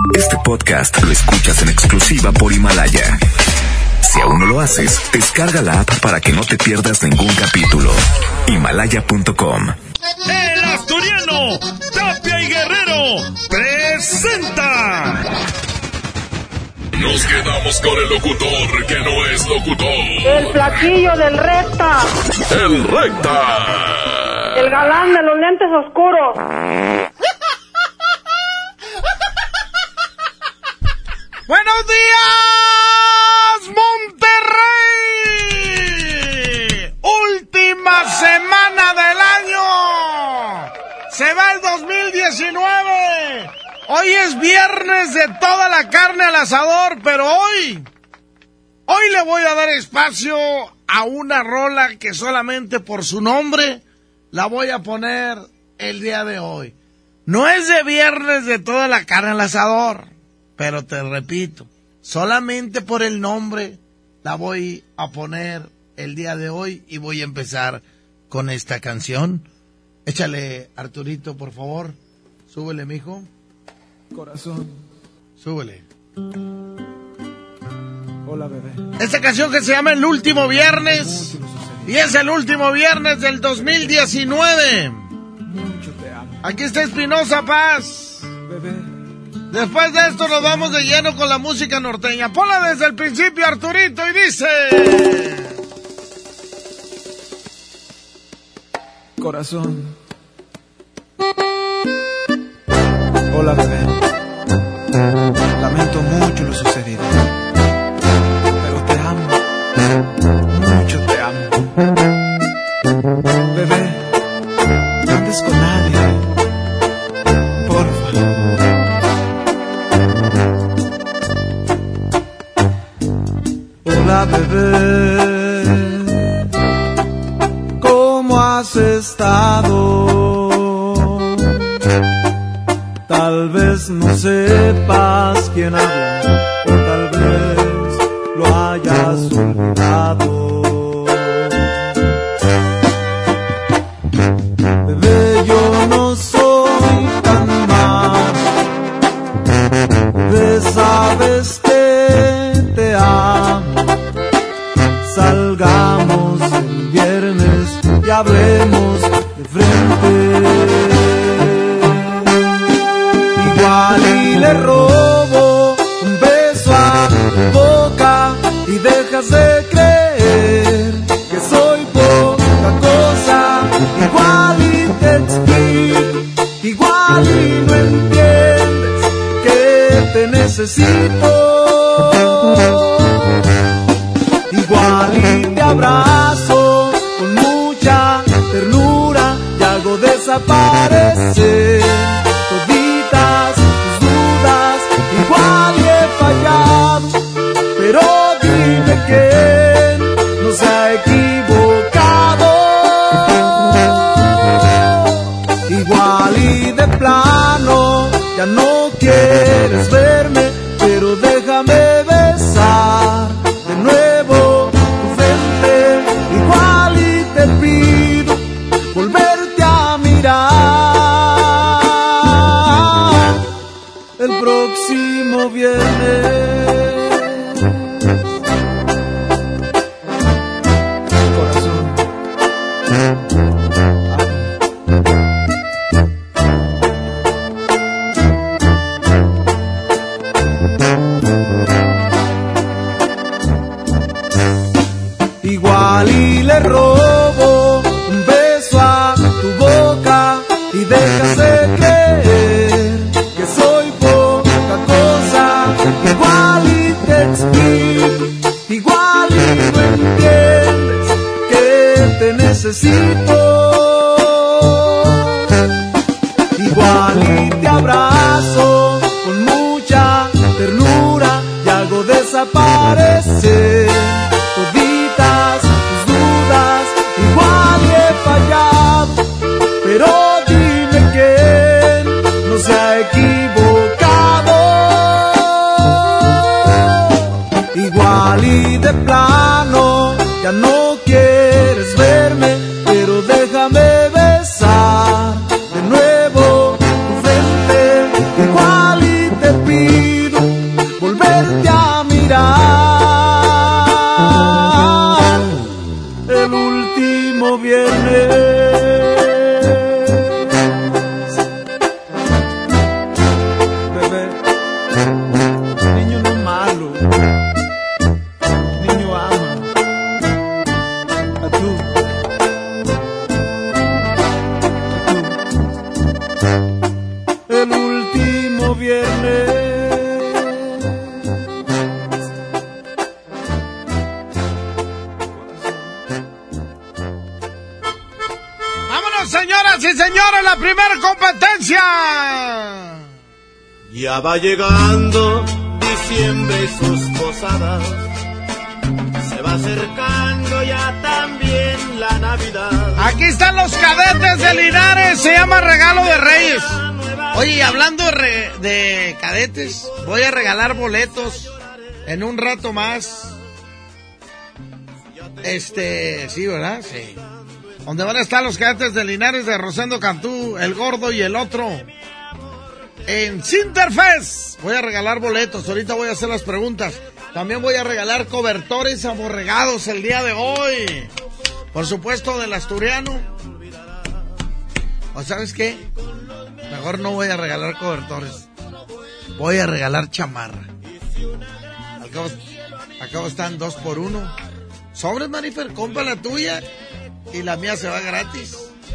Este podcast lo escuchas en exclusiva por Himalaya. Si aún no lo haces, descarga la app para que no te pierdas ningún capítulo. Himalaya.com. El asturiano Tapia y Guerrero presenta. Nos quedamos con el locutor que no es locutor. El flaquillo del Recta. El Recta. El galán de los lentes oscuros. ¡Buenos días, Monterrey! Última semana del año. Se va el 2019. Hoy es viernes de toda la carne al asador, pero hoy le voy a dar espacio a una rola que solamente por su nombre la voy a poner el día de hoy. No es de viernes de toda la carne al asador, pero te repito, solamente por el nombre la voy a poner el día de hoy y voy a empezar con esta canción. Échale, Arturito, por favor. Súbele, mijo. Corazón. Súbele. Hola, bebé. Esta canción que se llama El Último Viernes. Y es el último viernes del 2019. Mucho te amo. Aquí está Espinosa Paz. Bebé. Después de esto nos vamos de lleno con la música norteña. Ponla desde el principio, Arturito, y dice... Corazón. Hola, bebé. Lamento mucho lo sucedido, pero te amo. Mucho te amo. Bebé, no andes con nadie. Porfa. Hola, bebé, ¿cómo has estado? Tal vez no sepas quién habla, o tal vez lo hayas olvidado. Bebé, yo no soy tan malo. Bebé, sabes que te amo. Salgamos el viernes y hablemos de frente. Igual y le robo un beso a tu boca y dejas de creer que soy poca cosa. Igual y te explico, igual y no entiendes que te necesito. Igual y te abrazo con mucha ternura y hago desaparecer toditas tus dudas. Igual y he fallado, pero dime quién no se ha equivocado. Igual y de plano ya no quieres verme, pero déjame besar de nuevo tu frente. Igual y te pido volverte a mirar el próximo viernes. Corazón. Igual y le robo un beso a tu boca y dejas de creer que soy poca cosa. Igual bebé. Niño no malo, niño ama. A tú. El último viernes. Señoras y señores, la primera competencia. Ya va llegando diciembre y sus posadas. Se va acercando ya también la Navidad. Aquí están los cadetes de Linares. Se llama Regalo de Reyes. Oye, y hablando de cadetes, voy a regalar boletos en un rato más. Sí, ¿verdad? Sí. Donde van a estar los cadetes de Linares de Rosendo Cantú, el Gordo y el otro. En Sinterfest voy a regalar boletos. Ahorita voy a hacer las preguntas. También voy a regalar cobertores aborregados el día de hoy. Por supuesto, del Asturiano. ¿O sabes qué? Mejor no voy a regalar cobertores. Voy a regalar chamarra. Al cabo están 2 por 1. Sobres, Marifer, compra la tuya y la mía se va gratis.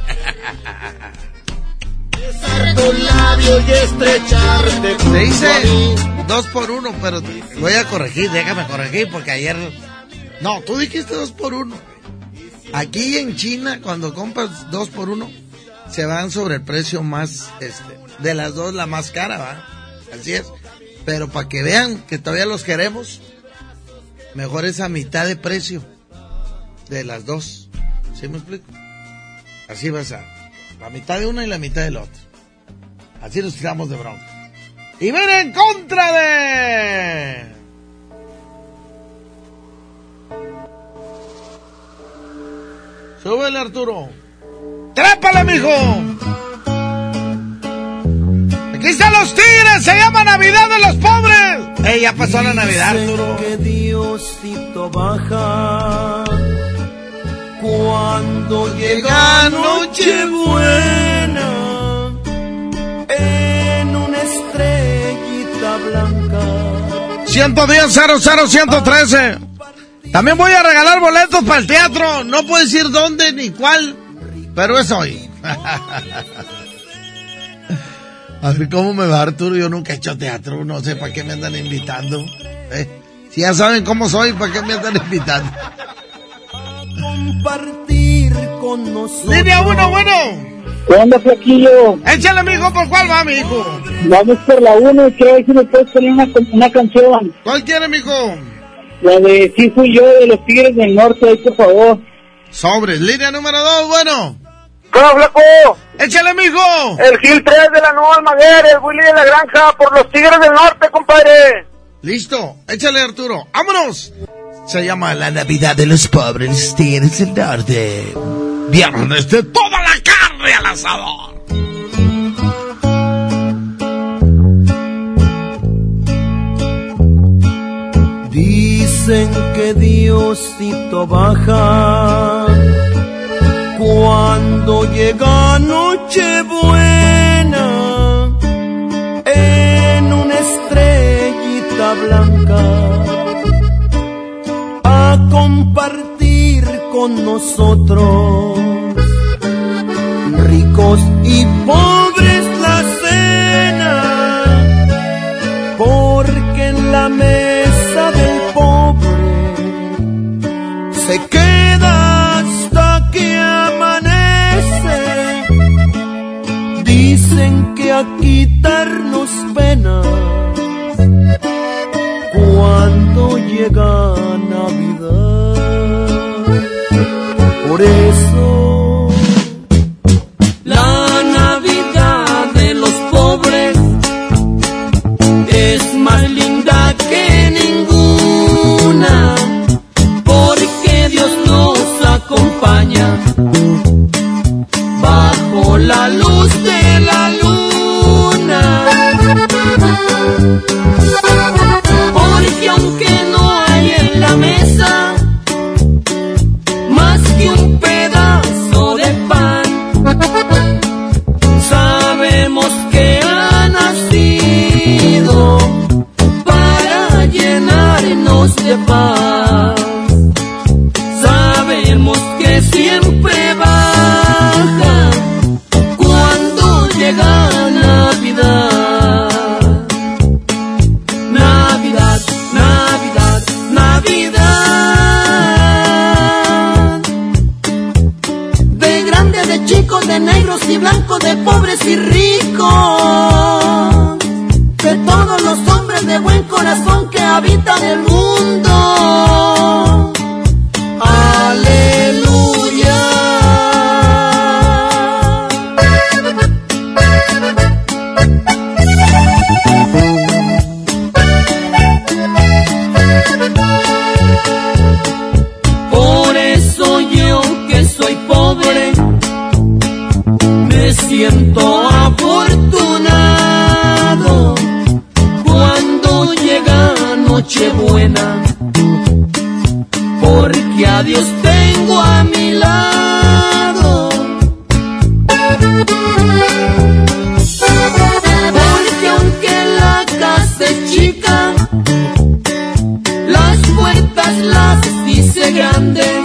Se dice 2 por 1, pero voy a corregir, déjame corregir, porque ayer... No, tú dijiste 2 por 1. Aquí en China, cuando compras 2 por 1, se van sobre el precio más, de las dos la más cara, ¿va? Así es. Pero para que vean que todavía los queremos, mejor es a mitad de precio de las dos. ¿Sí me explico? Así va a ser. La mitad de una y la mitad de la otra. Así nos tiramos de bronca. Y ven en contra de... Súbele, Arturo. ¡Trépale, mijo! Aquí están los Tigres. Se llama Navidad de los Pobres. Ya pasó la Navidad, Arturo. Que Diosito baja cuando llega Nochebuena en una estrellita blanca. 110-00-113. También voy a regalar boletos para el teatro. No puedo decir dónde ni cuál, pero es hoy. A ver cómo me va, Arturo. Yo nunca he hecho teatro. No sé para qué me andan invitando. Si ya saben cómo soy, ¿para qué me andan invitando? Compartir con nosotros. Línea 1, bueno. ¿Qué onda, flaquillo? Échale, mijo, ¿por cuál va, mijo? Vamos por la 1, quiero ver si me puedes poner una canción. ¿Cuál quiere, mijo? La de Sí Fui Yo, de los Tigres del Norte, ahí, por favor. Sobres. Línea número 2, bueno. ¿Cómo, flaco? Échale, mijo. El Gil 3 de la Nueva Almaguer, el Willy de la Granja, por los Tigres del Norte, compadre. Listo. Échale, Arturo. ¡Vámonos! Se llama La Navidad de los Pobres Tigres del Norte. Viernes de toda la carne al asador. Dicen que Diosito baja cuando llega Nochebuena en una estrellita blanca a compartir con nosotros, ricos y pobres, la cena, porque en la mesa del pobre se queda hasta que amanece. Dicen que a quitarnos penas cuando llega Navidad. Por eso la Navidad de los pobres es más linda que ninguna, porque Dios nos acompaña bajo la luz de la luna. Porque aunque no hay en la mesa más que un pedazo de pan, sabemos que ha nacido pobres y ricos, de todos los hombres de buen corazón que habitan el mundo. Aleluya. Por eso yo que soy pobre me siento afortunado cuando llega Nochebuena, porque a Dios tengo a mi lado. Porque aunque la casa es chica, las puertas las hice grandes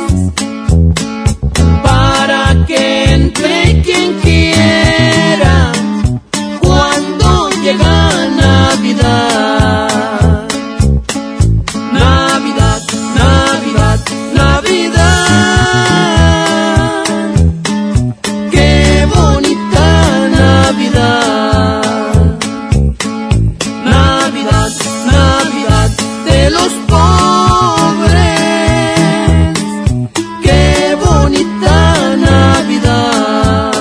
para que entre quien quiera cuando llega Navidad. Navidad, Navidad, Navidad. Qué bonita Navidad. Navidad, Navidad de los pobres. Qué bonita Navidad.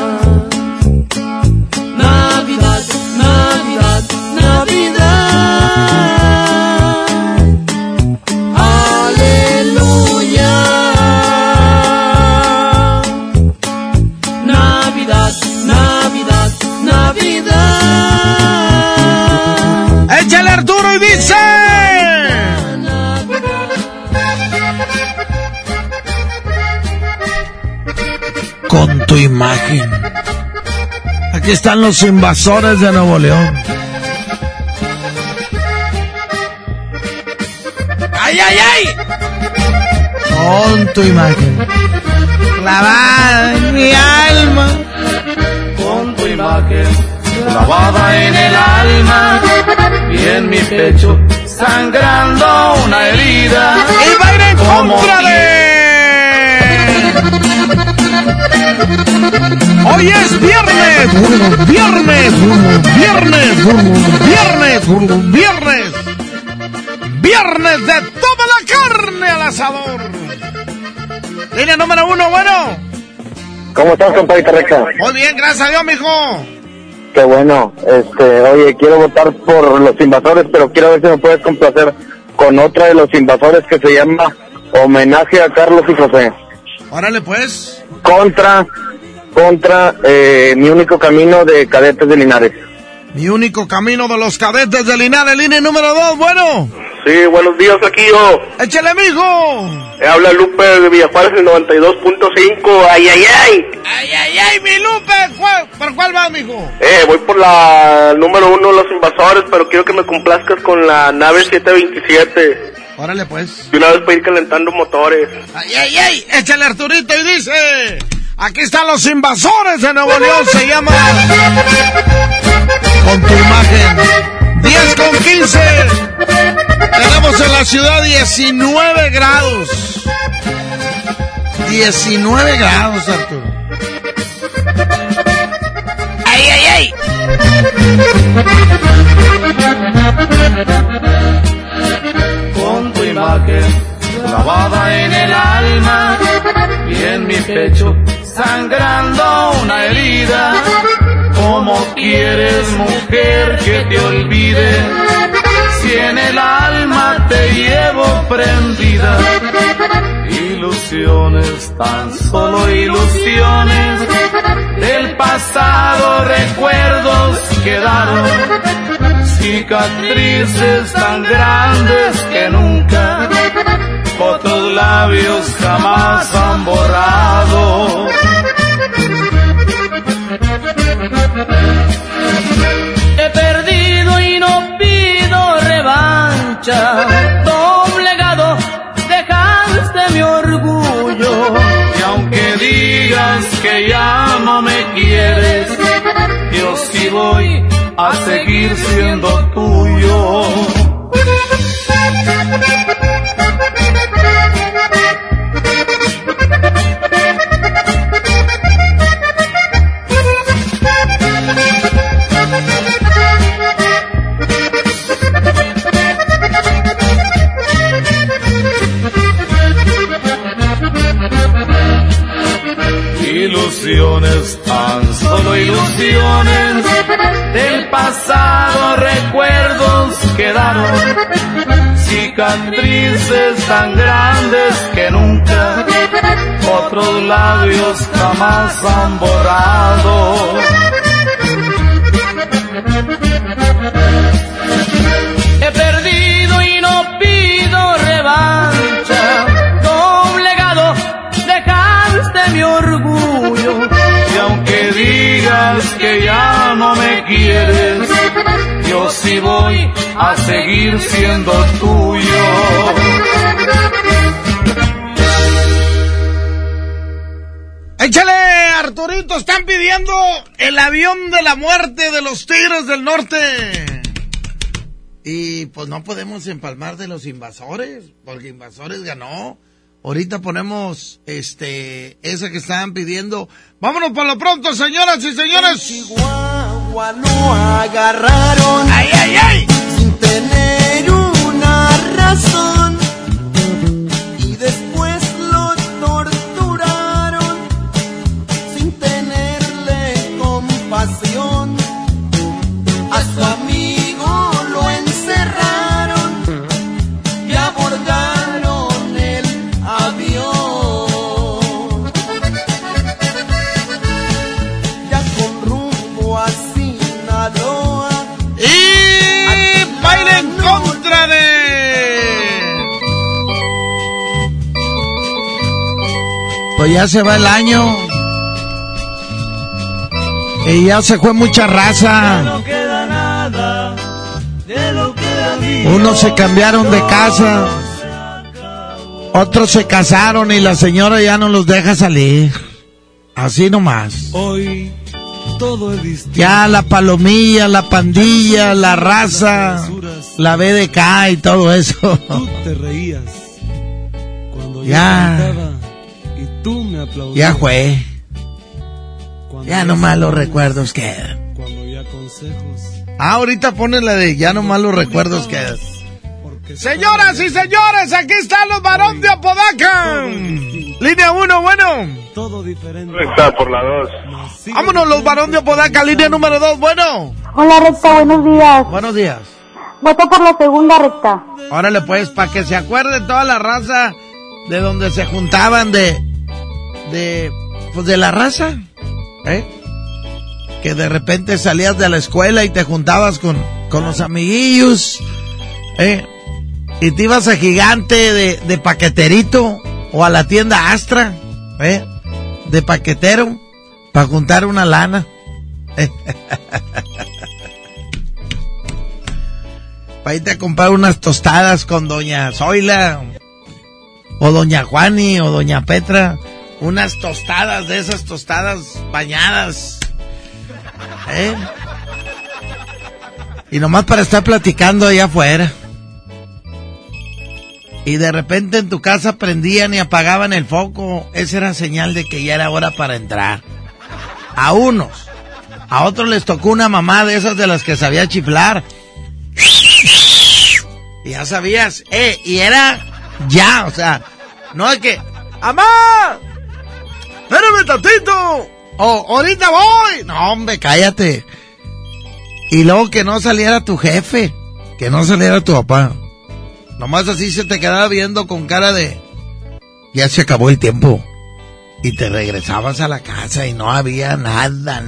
Navidad, Navidad, Navidad. Aleluya. Navidad, Navidad, Navidad. ¡Échale, Arturo! Y dice... Con tu imagen. Aquí están los invasores de Nuevo León. ¡Ay, ay, ay! Con tu imagen. Clavada en mi alma. Con tu imagen clavada en el alma y en mi pecho sangrando una herida. Y va a ir en contra de... Hoy es viernes, viernes, viernes, viernes, viernes, viernes de toda la carne al asador. Línea número 1, bueno. ¿Cómo estás, compadre Recta? Muy bien, gracias a Dios, mijo. Qué bueno. Oye, quiero votar por los invasores, pero quiero ver si me puedes complacer con otra de los invasores que se llama Homenaje a Carlos y José. Órale, pues. Contra Mi Único Camino de Cadetes de Linares. Mi Único Camino de los Cadetes de Linares, línea número 2, bueno. Sí, buenos días, Flaquillo. Échale, mijo. Habla Lupe de Villajuárez, el 92.5. ¡Ay, ay, ay! ¡Ay, ay, ay, mi Lupe! ¿Por cuál va, mijo? Voy por la número 1, Los Invasores, pero quiero que me complazcas con la nave 727. Órale, pues. De una vez para ir calentando motores. ¡Ay, ay, ay! Échale, Arturito, y dice... Aquí están los invasores de Nuevo León, se llama... Con tu imagen. 10:15. Tenemos en la ciudad 19 grados. 19 grados, Arturo. ¡Ay, ay, ay! Con tu imagen clavada en el alma y en mi pecho sangrando una herida. ¿Cómo quieres, mujer, que te olvide si en el alma te llevo prendida? Ilusiones, tan solo ilusiones, del pasado recuerdos quedaron, cicatrices tan grandes que nunca otros labios jamás han borrado. He perdido y no pido revancha, doblegado dejaste mi orgullo. Y aunque digas que ya no me quieres, yo sí voy a seguir siendo tuyo. pasado recuerdos quedaron, cicatrices tan grandes que nunca otros labios jamás han borrado. He perdido y no pido revancha, doblegado dejaste mi orgullo, y aunque digas que ya no me quieres, yo sí voy a seguir siendo tuyo. Échale, Arturito, están pidiendo el avión de la muerte de los Tigres del Norte. Y pues no podemos empalmar de los Invasores, porque Invasores ganó. Ahorita ponemos esa que estaban pidiendo. Vámonos por lo pronto, señoras y señores. Chihuahua lo agarraron. ¡Ay, ay, ay! Sin tener una razón. Y después lo torturaron sin tenerle compasión. A su amigo lo encerraron y abordaron el avión. Ya con rumbo a Sinaloa. Y baile en contra de... Pues ya se va el año. Y ya se fue mucha raza. No queda nada de lo que había. Unos se cambiaron de casa, otros se casaron y la señora ya no los deja salir. Así nomás. Hoy todo es distinto. Ya la palomilla, la pandilla, la raza, la BDK y todo eso. Tú te reías cuando Ya. yo cantaba y tú me aplaudías. Ya fue. Cuando Ya nomás los recuerdos quedan. Cuando ya consejos. Ahorita ponen la de ya nomás los recuerdos quedan. Señoras y señores, aquí están los Barón de Apodaca. Línea 1, bueno. Todo diferente. Recta por la 2. Vámonos los Barón de Apodaca, línea número 2, bueno. Hola, Recta, buenos días. Buenos días. Voto por la segunda, Recta. Órale pues, para que se acuerde toda la raza de donde se juntaban pues de la raza, que de repente salías de la escuela y te juntabas con los amiguillos, y te ibas a Gigante de paqueterito o a la tienda Astra, de paquetero, para juntar una lana. Para irte a comprar unas tostadas con doña Zoila, o doña Juani, o doña Petra, unas tostadas de esas tostadas bañadas, y nomás para estar platicando allá afuera. Y de repente en tu casa prendían y apagaban el foco. Esa era señal de que ya era hora para entrar. A unos, a otros les tocó una mamá de esas de las que sabía chiflar. Y ya sabías, y era ya, o sea, no es que, ¡amá! ¡Espérame tantito! ¡O ahorita voy! No, hombre, cállate. Y luego que no saliera tu jefe, que no saliera tu papá. Nomás así se te quedaba viendo con cara de, ya se acabó el tiempo. Y te regresabas a la casa y no había nada.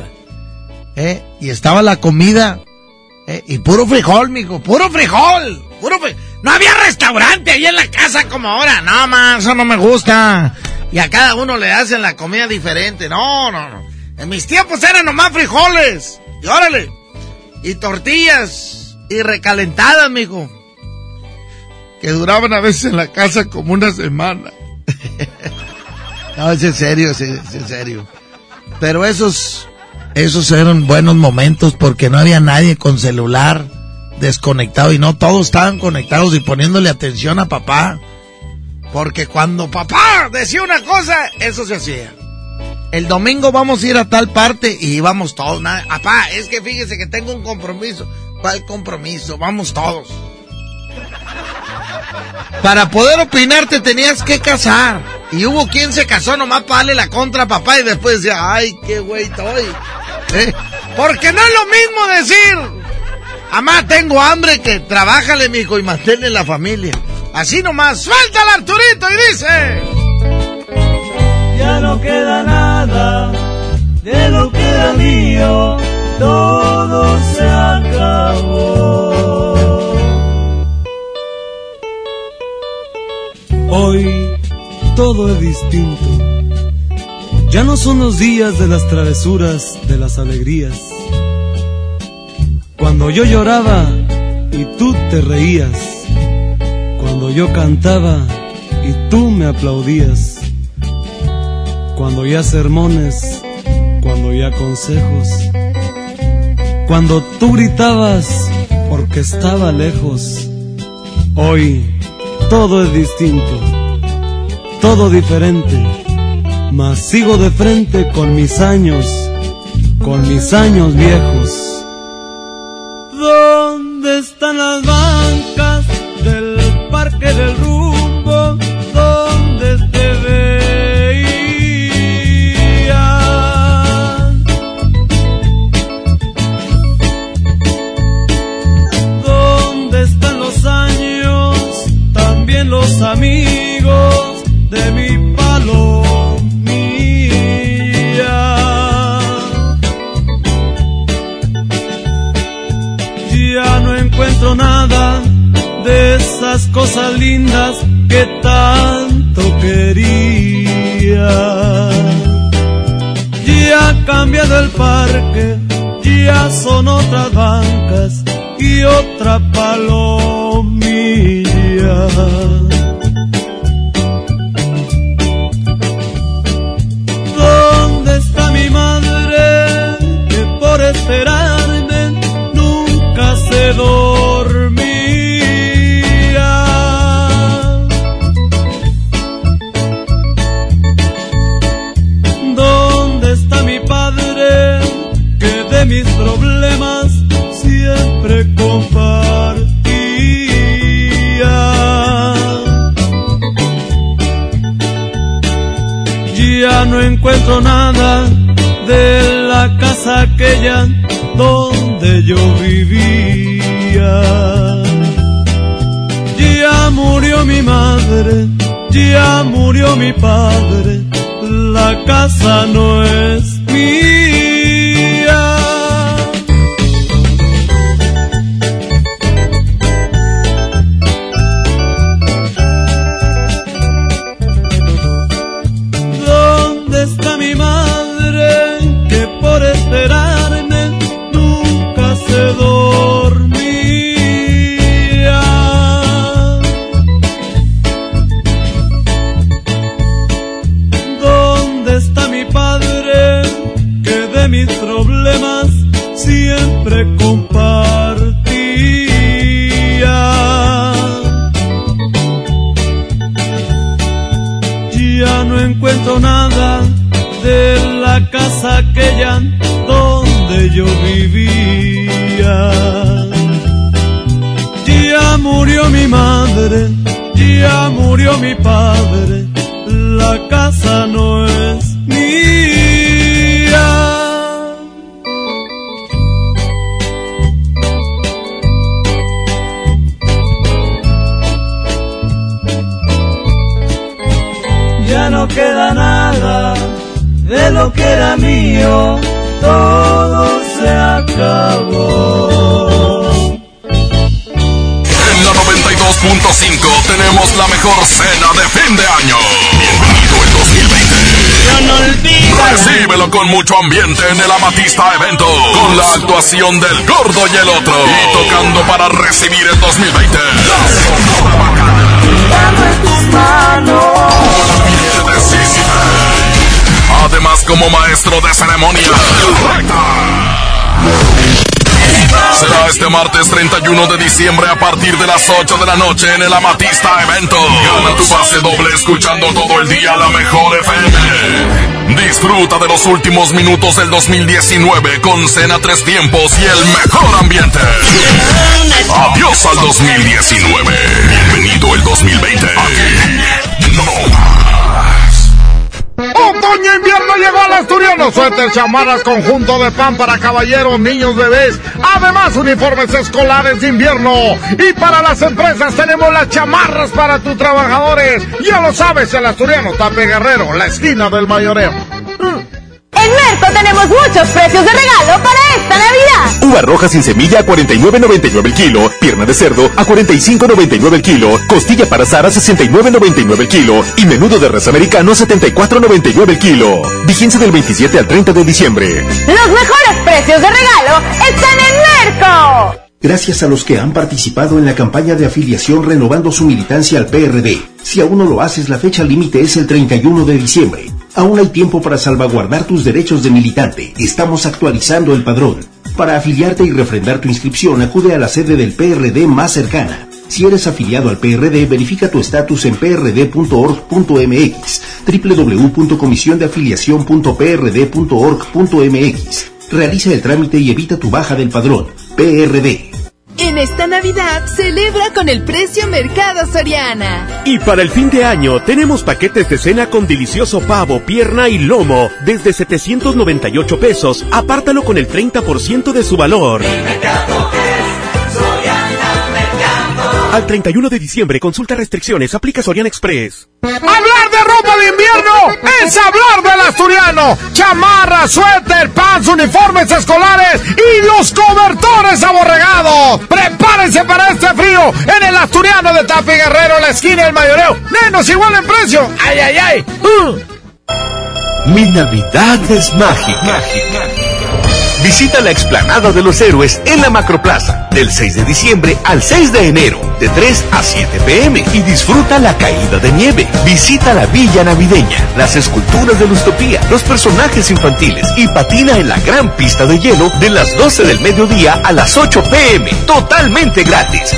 Y estaba la comida, y puro frijol, mijo, puro frijol. No había restaurante ahí en la casa como ahora. No, más, eso no me gusta. Y a cada uno le hacen la comida diferente. No. En mis tiempos eran nomás frijoles. Y órale. Y tortillas. Y recalentadas, mijo. Que duraban a veces en la casa como una semana. No, es en serio, es en serio. Pero esos eran buenos momentos porque no había nadie con celular desconectado y no todos estaban conectados y poniéndole atención a papá. Porque cuando papá decía una cosa, eso se hacía. El domingo vamos a ir a tal parte y íbamos todos. Papá, es que fíjese que tengo un compromiso. ¿Cuál compromiso? Vamos todos. Para poder opinar te tenías que casar. Y hubo quien se casó nomás para darle la contra a papá y después decía, ay, qué güey estoy. Porque no es lo mismo decir, amá, tengo hambre, que trabájale, mijo, y manténle la familia. Así nomás, suelta al Arturito y dice: ya no queda nada de lo que era mío, todo se acabó. Hoy todo es distinto. Ya no son los días de las travesuras, de las alegrías. Cuando yo lloraba y tú te reías. Cuando yo cantaba y tú me aplaudías. Cuando ya sermones, cuando ya consejos. Cuando tú gritabas porque estaba lejos. Hoy todo es distinto, todo diferente. Mas sigo de frente con mis años viejos. ¿Dónde están las bancas del Parque del Rumbo? ¿Dónde te veía? ¿Dónde están los años? También los amigos de mi palo. Ya no encuentro nada de esas cosas lindas que tanto quería. Ya ha cambiado el parque, ya son otras bancas y otra palomilla. ¿Dónde está mi madre que por esperarme se dormía? ¿Dónde está mi padre que de mis problemas siempre compartía? Ya no encuentro nada de la casa aquella donde yo vivía. Ya murió mi madre, ya murió mi padre, la casa no es mía. ¿Dónde está mi madre que por esperarme nunca se dormía? ¿Dónde está mi padre que de mis problemas siempre compartía? Ya no encuentro nada de la casa aquella donde yo vivía. Ya murió mi madre, ya murió mi padre, la casa no es mía. Ya no queda nada de lo que era mío, todo se acabó. En la 92.5 tenemos la mejor cena de fin de año. Bienvenido el 2020. Ya no olvides. Recíbelo con mucho ambiente en el Amatista Evento, con la actuación del Gordo y el Otro, y tocando para recibir el 2020. La Sonora Bacana. Dame tus manos. De Sisi. Además, como maestro de ceremonia, el Recta. Será este martes 31 de diciembre a partir de las 8 de la noche en el Amatista Evento. Gana tu pase doble escuchando todo el día la mejor FM. Disfruta de los últimos minutos del 2019 con cena 3 tiempos y el mejor ambiente. Adiós al 2019. Bienvenido el 2020. Aquí no más. Otoño invierno llegó al Asturiano. Suéter, chamarras, conjunto de pan para caballeros, niños, bebés. Además, uniformes escolares de invierno. Y para las empresas tenemos las chamarras para tus trabajadores. Ya lo sabes, el Asturiano Tape Guerrero, la esquina del mayoreo. En Merco tenemos muchos precios de regalo para esta Navidad. Uva roja sin semilla a 49.99 el kilo, pierna de cerdo a 45.99 el kilo, costilla para asar a 69.99 el kilo y menudo de res americano a 74.99 el kilo. Vigencia del 27 al 30 de diciembre. Los mejores precios de regalo están en Merco. Gracias a los que han participado en la campaña de afiliación renovando su militancia al PRD. Si aún no lo haces, la fecha límite es el 31 de diciembre. Aún hay tiempo para salvaguardar tus derechos de militante. Estamos actualizando el padrón. Para afiliarte y refrendar tu inscripción, acude a la sede del PRD más cercana. Si eres afiliado al PRD, verifica tu estatus en prd.org.mx, www.comisiondeafiliacion.prd.org.mx. Realiza el trámite y evita tu baja del padrón. PRD. En esta Navidad, celebra con el precio Mercado Soriana. Y para el fin de año, tenemos paquetes de cena con delicioso pavo, pierna y lomo, desde 798 pesos. Apártalo con el 30% de su valor. Mi mercado es Soriana Mercado. Al 31 de diciembre, consulta restricciones, aplica Soriana Express. Hablar de ropa de invierno es hablar del Asturiano. Chamarra, suéter, pants, uniformes escolares y los cobertores aborregados. Prepárense para este frío en el Asturiano de Tape Guerrero, la esquina del mayoreo. Menos igual en precio. ¡Ay, ay, ay! Mi Navidad es mágica. Visita la Explanada de los Héroes en la Macroplaza del 6 de diciembre al 6 de enero, de 3 a 7 p.m. y disfruta la caída de nieve. Visita la Villa Navideña, las esculturas de Lustopía, los personajes infantiles y patina en la gran pista de hielo de las 12 del mediodía a las 8 p.m. Totalmente gratis.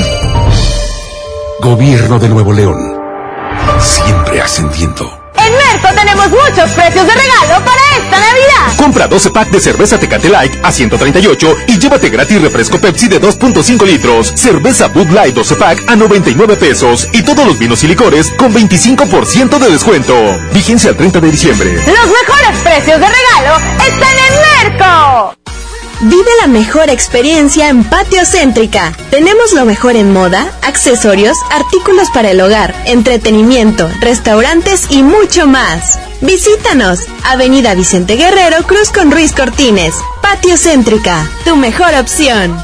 Gobierno de Nuevo León. Siempre ascendiendo. En Merco tenemos muchos precios de regalo para esta Navidad. Compra 12 pack de cerveza Tecate Light a 138 y llévate gratis refresco Pepsi de 2.5 litros. Cerveza Bud Light 12 pack a 99 pesos y todos los vinos y licores con 25% de descuento. Vigencia al 30 de diciembre. Los mejores precios de regalo están en Merco. Vive la mejor experiencia en Patio Céntrica. Tenemos lo mejor en moda, accesorios, artículos para el hogar, entretenimiento, restaurantes y mucho más. Visítanos, Avenida Vicente Guerrero, Cruz con Ruiz Cortines. Patio Céntrica, tu mejor opción.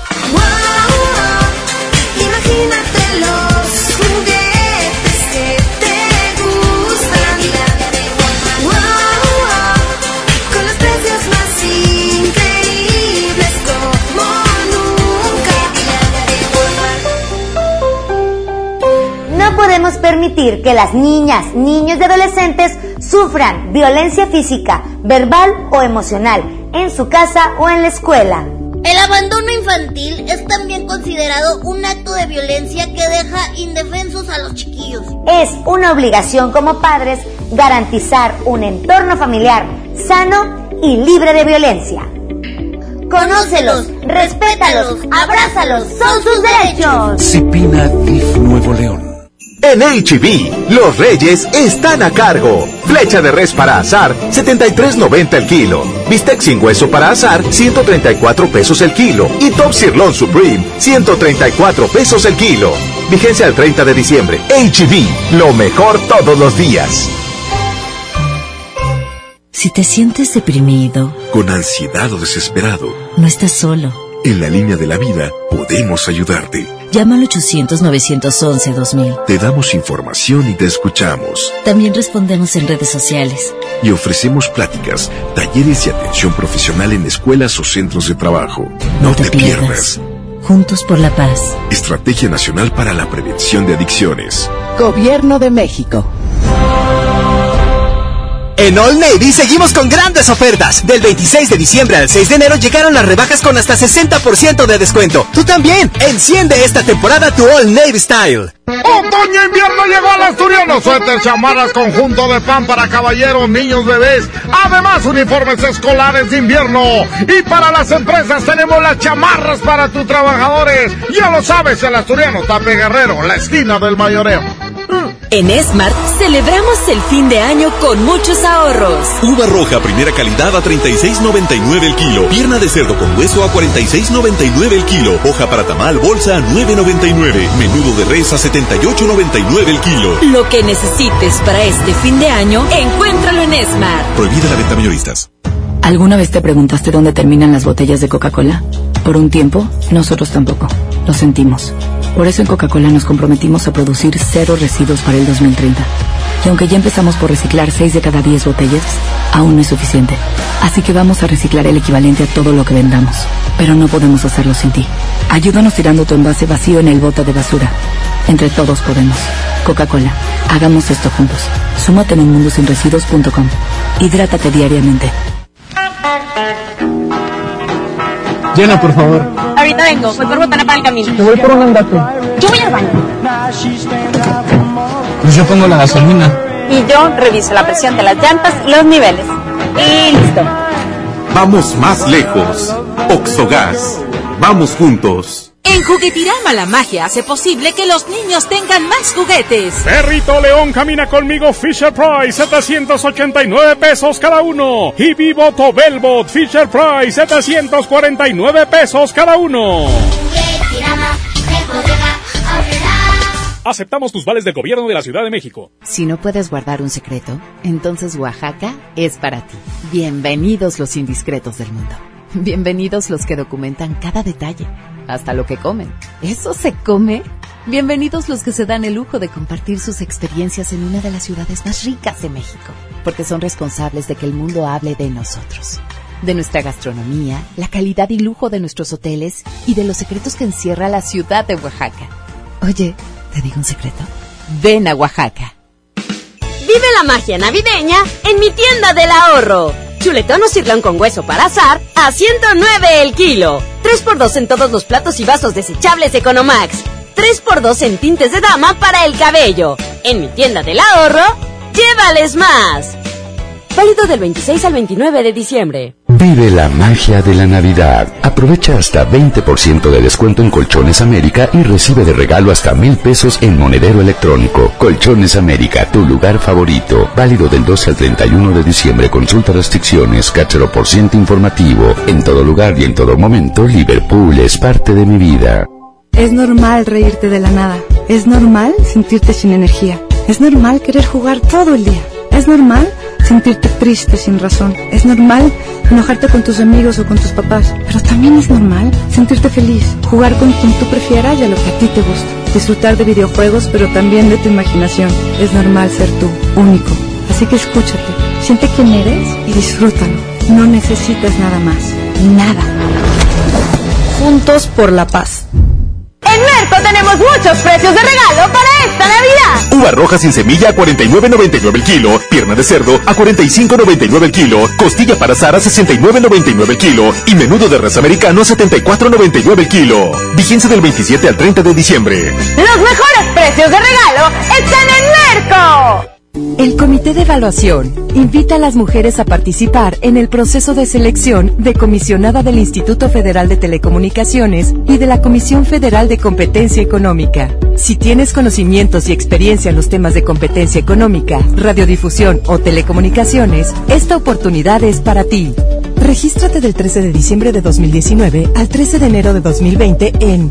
Imagínate los juguetes que te gustan. Con los precios más increíbles como nunca. No podemos permitir que las niñas, niños y adolescentes sufran violencia física, verbal o emocional en su casa o en la escuela. El abandono infantil es también considerado un acto de violencia que deja indefensos a los chiquillos. Es una obligación como padres garantizar un entorno familiar sano y libre de violencia. Conócelos, respétalos, abrázalos, son sus derechos. Cipina DIF Nuevo León. En H-E-B, los reyes están a cargo. Flecha de res para asar, 73.90 el kilo. Bistec sin hueso para asar, 134 pesos el kilo. Y Top Sirloin Supreme, 134 pesos el kilo. Vigencia al 30 de diciembre. H-E-B, lo mejor todos los días. Si te sientes deprimido, con ansiedad o desesperado, no estás solo. En la línea de la vida podemos ayudarte. Llama al 800-911-2000. Te damos información y te escuchamos. También respondemos en redes sociales. Y ofrecemos pláticas, talleres y atención profesional en escuelas o centros de trabajo. No te pierdas. Juntos por la paz. Estrategia Nacional para la Prevención de Adicciones. Gobierno de México. En Old Navy seguimos con grandes ofertas. Del 26 de diciembre al 6 de enero llegaron las rebajas con hasta 60% de descuento. Tú también, enciende esta temporada tu Old Navy Style. Otoño invierno llegó al Asturiano. Suéter, chamarras, conjunto de pan para caballeros, niños, bebés. Además, uniformes escolares de invierno. Y para las empresas tenemos las chamarras para tus trabajadores. Ya lo sabes, el Asturiano Tape Guerrero, la esquina del mayoreo. En Smart celebramos el fin de año con muchos ahorros. Uva roja primera calidad a $36.99 el kilo. Pierna de cerdo con hueso a $46.99 el kilo. Hoja para tamal bolsa a $9.99. Menudo de res a $78.99 el kilo. Lo que necesites para este fin de año, encuéntralo en Smart. Prohibida la venta mayoristas. ¿Alguna vez te preguntaste dónde terminan las botellas de Coca-Cola? Por un tiempo, nosotros tampoco. Lo sentimos. Por eso en Coca-Cola nos comprometimos a producir 0 residuos para el 2030. Y aunque ya empezamos por reciclar 6 de cada 10 botellas, aún no es suficiente. Así que vamos a reciclar el equivalente a todo lo que vendamos. Pero no podemos hacerlo sin ti. Ayúdanos tirando tu envase vacío en el bote de basura. Entre todos podemos. Coca-Cola, hagamos esto juntos. Súmate en unmundosinresiduos.com. Hidrátate diariamente. Llena, por favor. Ahorita vengo, voy por botana para el camino. Te voy por un andate. Yo voy al baño. Pues yo pongo la gasolina. Y yo reviso la presión de las llantas y los niveles. Y listo. Vamos más lejos. Oxogas. Vamos juntos. En Juguetirama la magia hace posible que los niños tengan más juguetes. Perrito León camina conmigo Fisher Price, $789 cada uno. Y Vivo Tobelbot Fisher Price, $749 cada uno. Aceptamos tus vales del gobierno de la Ciudad de México. Si no puedes guardar un secreto, entonces Oaxaca es para ti. Bienvenidos los indiscretos del mundo. Bienvenidos los que documentan cada detalle, hasta lo que comen. ¿Eso se come? Bienvenidos los que se dan el lujo de compartir sus experiencias en una de las ciudades más ricas de México, porque son responsables de que el mundo hable de nosotros, de nuestra gastronomía, la calidad y lujo de nuestros hoteles y de los secretos que encierra la ciudad de Oaxaca. Oye, ¿te digo un secreto? Ven a Oaxaca. Vive la magia navideña en mi tienda del ahorro. Chuletón o cirlón con hueso para asar a $109 el kilo. 3x2 en todos los platos y vasos desechables Economax. 3x2 en tintes de dama para el cabello. En mi tienda del ahorro, llévales más. Válido del 26 al 29 de diciembre. Vive la magia de la Navidad. Aprovecha hasta 20% de descuento en Colchones América y recibe de regalo hasta $1,000 en monedero electrónico. Colchones América, tu lugar favorito. Válido del 12 al 31 de diciembre. Consulta restricciones, cáchero por ciento informativo. En todo lugar y en todo momento, Liverpool es parte de mi vida. Es normal reírte de la nada. Es normal sentirte sin energía. Es normal querer jugar todo el día. Es normal sentirte triste sin razón. Es normal enojarte con tus amigos o con tus papás. Pero también es normal sentirte feliz, jugar con quien tú prefieras y a lo que a ti te gusta. Disfrutar de videojuegos, pero también de tu imaginación. Es normal ser tú, único. Así que escúchate, siente quién eres y disfrútalo. No necesitas nada más. Nada. Juntos por la paz. En Merco tenemos muchos precios de regalo para esta Navidad. Uva roja sin semilla a $49.99 el kilo. Pierna de cerdo a $45.99 el kilo. Costilla para asar a $69.99 el kilo. Y menudo de res americano a $74.99 el kilo. Vigencia del 27 al 30 de diciembre. Los mejores precios de regalo están en Merco. El Comité de Evaluación invita a las mujeres a participar en el proceso de selección de comisionada del Instituto Federal de Telecomunicaciones y de la Comisión Federal de Competencia Económica. Si tienes conocimientos y experiencia en los temas de competencia económica, radiodifusión o telecomunicaciones, esta oportunidad es para ti. Regístrate del 13 de diciembre de 2019 al 13 de enero de 2020 en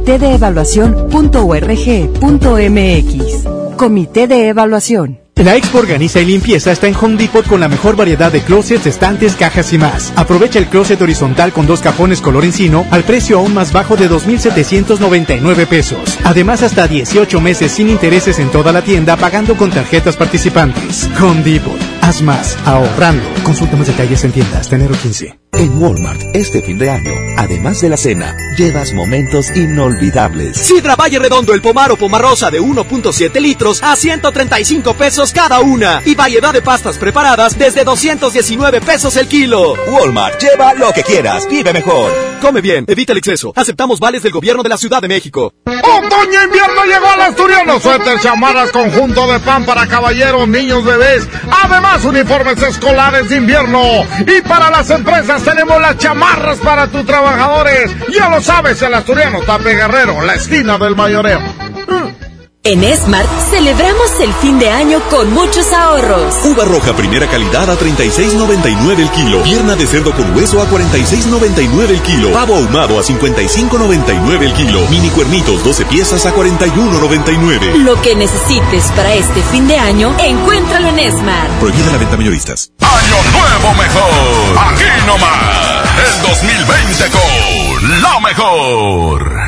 comitedeevaluacion.org.mx. Comité de Evaluación. La Expo Organiza y Limpieza está en Home Depot con la mejor variedad de closets, estantes, cajas y más. Aprovecha el closet horizontal con 2 cajones color encino al precio aún más bajo de $2,799. Además, hasta 18 meses sin intereses en toda la tienda pagando con tarjetas participantes. Home Depot. Haz más, ahorrando. Consulta más detalles en tiendas de enero 15. En Walmart, este fin de año, además de la cena, llevas momentos inolvidables. Sidra Valle Redondo, el pomar o pomarosa de 1.7 litros a $135 cada una. Y variedad de pastas preparadas desde $219 el kilo. Walmart, lleva lo que quieras, vive mejor. Come bien, evita el exceso. Aceptamos vales del gobierno de la Ciudad de México. Otoño invierno llegó al asturiano. Suéter, chamarras, conjunto de pan para caballeros, niños, bebés. Además, uniformes escolares de invierno. Y para las empresas tenemos las chamarras para tus trabajadores. Ya lo sabes, el asturiano Tape Guerrero, la esquina del mayoreo. En Smart celebramos el fin de año con muchos ahorros. Uva roja primera calidad a 36.99 el kilo. Pierna de cerdo con hueso a 46.99 el kilo. Pavo ahumado a 55.99 el kilo. Mini cuernitos 12 piezas a 41.99. Lo que necesites para este fin de año, encuéntralo en Smart. Prohibida la venta mayoristas. Año nuevo mejor. Aquí nomás. El 2020 con la mejor.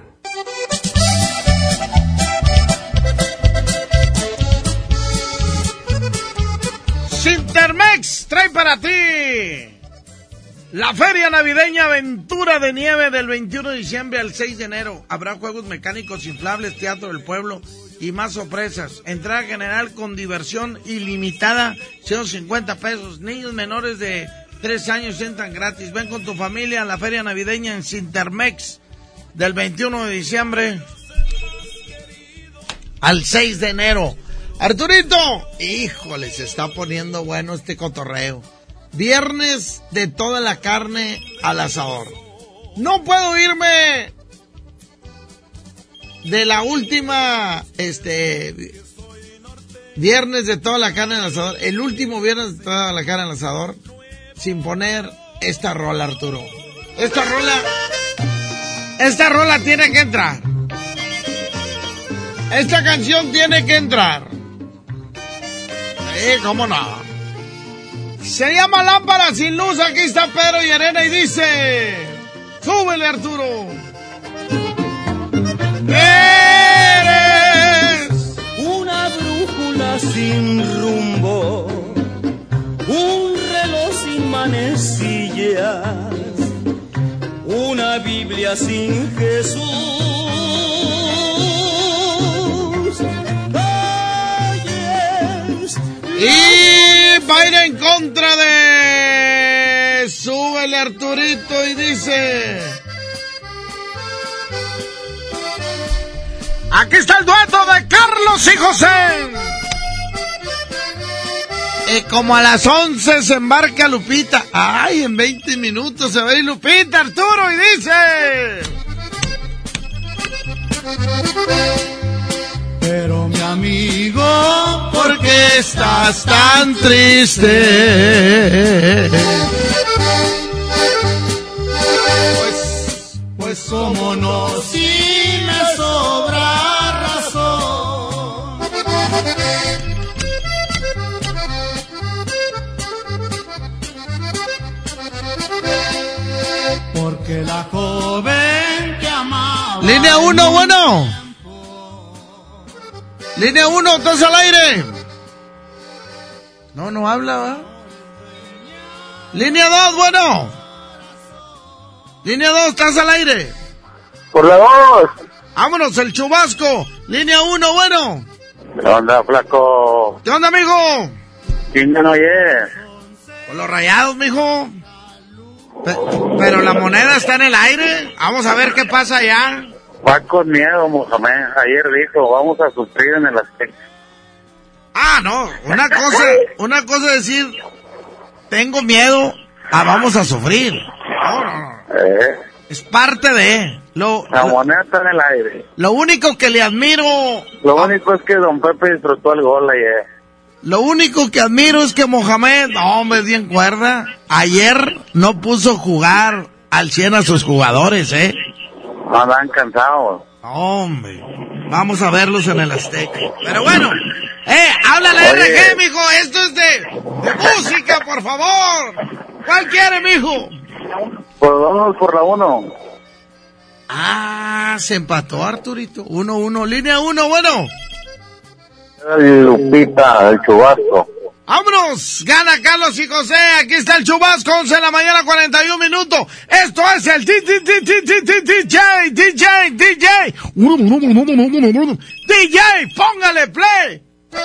Sintermex trae para ti la Feria Navideña Aventura de Nieve del 21 de diciembre al 6 de enero. Habrá juegos mecánicos inflables, teatro del pueblo y más sorpresas. Entrada general con diversión ilimitada, 150 pesos. Niños menores de 3 años entran gratis. Ven con tu familia a la Feria Navideña en Sintermex del 21 de diciembre al 6 de enero. Arturito, híjole, se está poniendo bueno este cotorreo. Viernes de toda la carne al asador. No puedo irme de la última, viernes de toda la carne al asador, el último viernes de toda la carne al asador, sin poner esta rola, Arturo. Esta rola tiene que entrar. Esta canción tiene que entrar. ¿Cómo no? Se llama Lámpara sin luz. Aquí está Pedro y Arena y dice: súbele, Arturo. Eres una brújula sin rumbo, un reloj sin manecillas, una Biblia sin Jesús. Y va a ir en contra de súbele, Arturito, y dice: aquí está el dueto de Carlos y José. Y como a las 11 se embarca Lupita. Ay, en 20 minutos se va a ir Lupita, Arturo, y dice: pero mi amigo, ¿por qué estás tan triste? Pues cómo no, si me sobra razón. Porque la joven que amaba. Línea 1, bueno. Línea 1, ¿estás al aire? No habla, ¿va? Línea 2, bueno. Línea 2, ¿estás al aire? Por la 2. Vámonos, el chubasco. Línea 1, bueno. ¿Qué onda, flaco? ¿Qué onda, mijo? ¿Quién ya no oye? Con los Rayados, mijo. Pero la moneda está en el aire. Vamos a ver qué pasa allá. Va con miedo, Mohamed. Ayer dijo, vamos a sufrir en el Azteca. Ah, no. Una cosa es decir, tengo miedo, vamos a sufrir. No. Es parte de... la moneda está en el aire. Lo único que le admiro... Lo único es que don Pepe disfrutó el gol ayer. Lo único que admiro es que Mohamed, no, hombre, es bien cuerda. Ayer no puso jugar al 100 a sus jugadores, Andan cansados. Hombre, vamos a verlos en el Azteca. Pero bueno, háblale RG, mijo. Esto es de música, por favor. ¿Cuál quiere, mijo? Pues vamos por la 1. Se empató, Arturito. 1-1, línea 1, bueno. Lupita, el chubasco. ¡Vámonos! Gana Carlos y José. Aquí está el chubasco, 11 de la mañana, 41 minutos. Esto es el DJ. DJ, póngale play.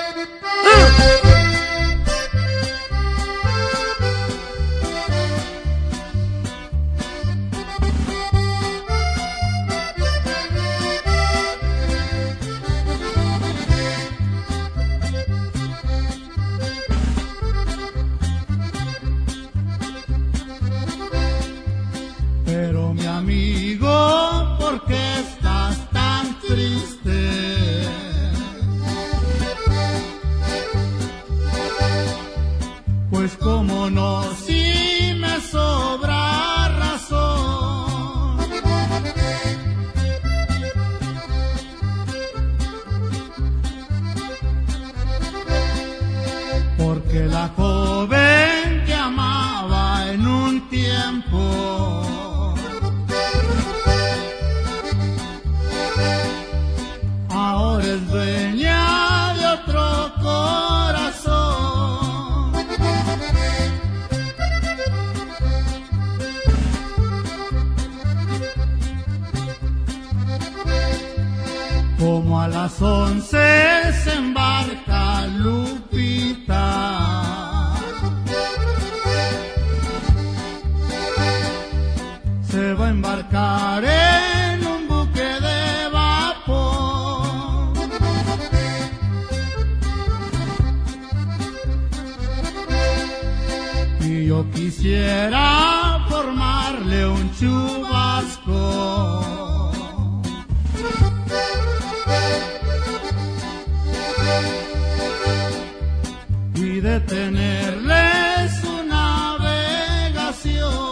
Pero mi amigo, ¿por qué estás tan triste? la joven que amaba en un tiempo. Ahora es dueña de otro corazón. Como a las 11 se embarca Lupita, se va a embarcar en un buque de vapor. Y yo quisiera formarle un chubasco. Y detenerle su navegación.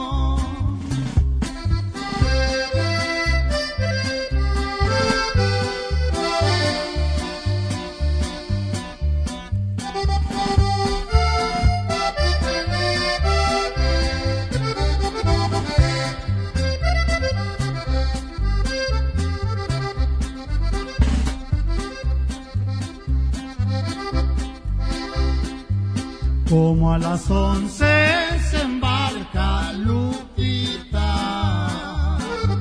Como a las 11 se embarca Lupita,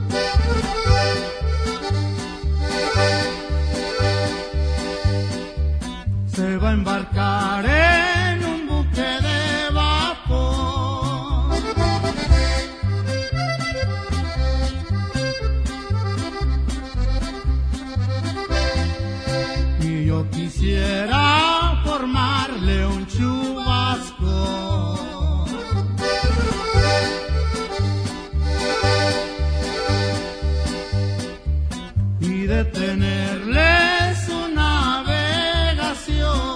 se va a embarcar en un buque de vapor. Y yo quisiera formarle un chubasco. Y detenerle su navegación.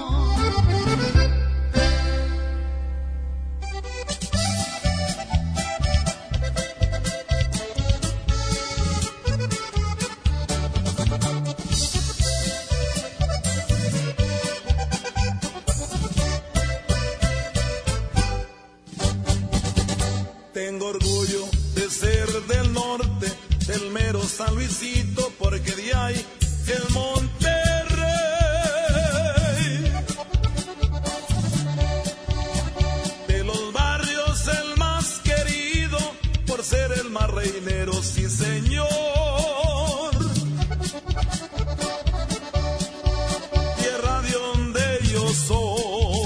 Tengo orgullo de ser del norte, del mero San Luisito, porque de ahí el Monterrey. De los barrios el más querido, por ser el más reinero, sí señor. Tierra de donde yo soy.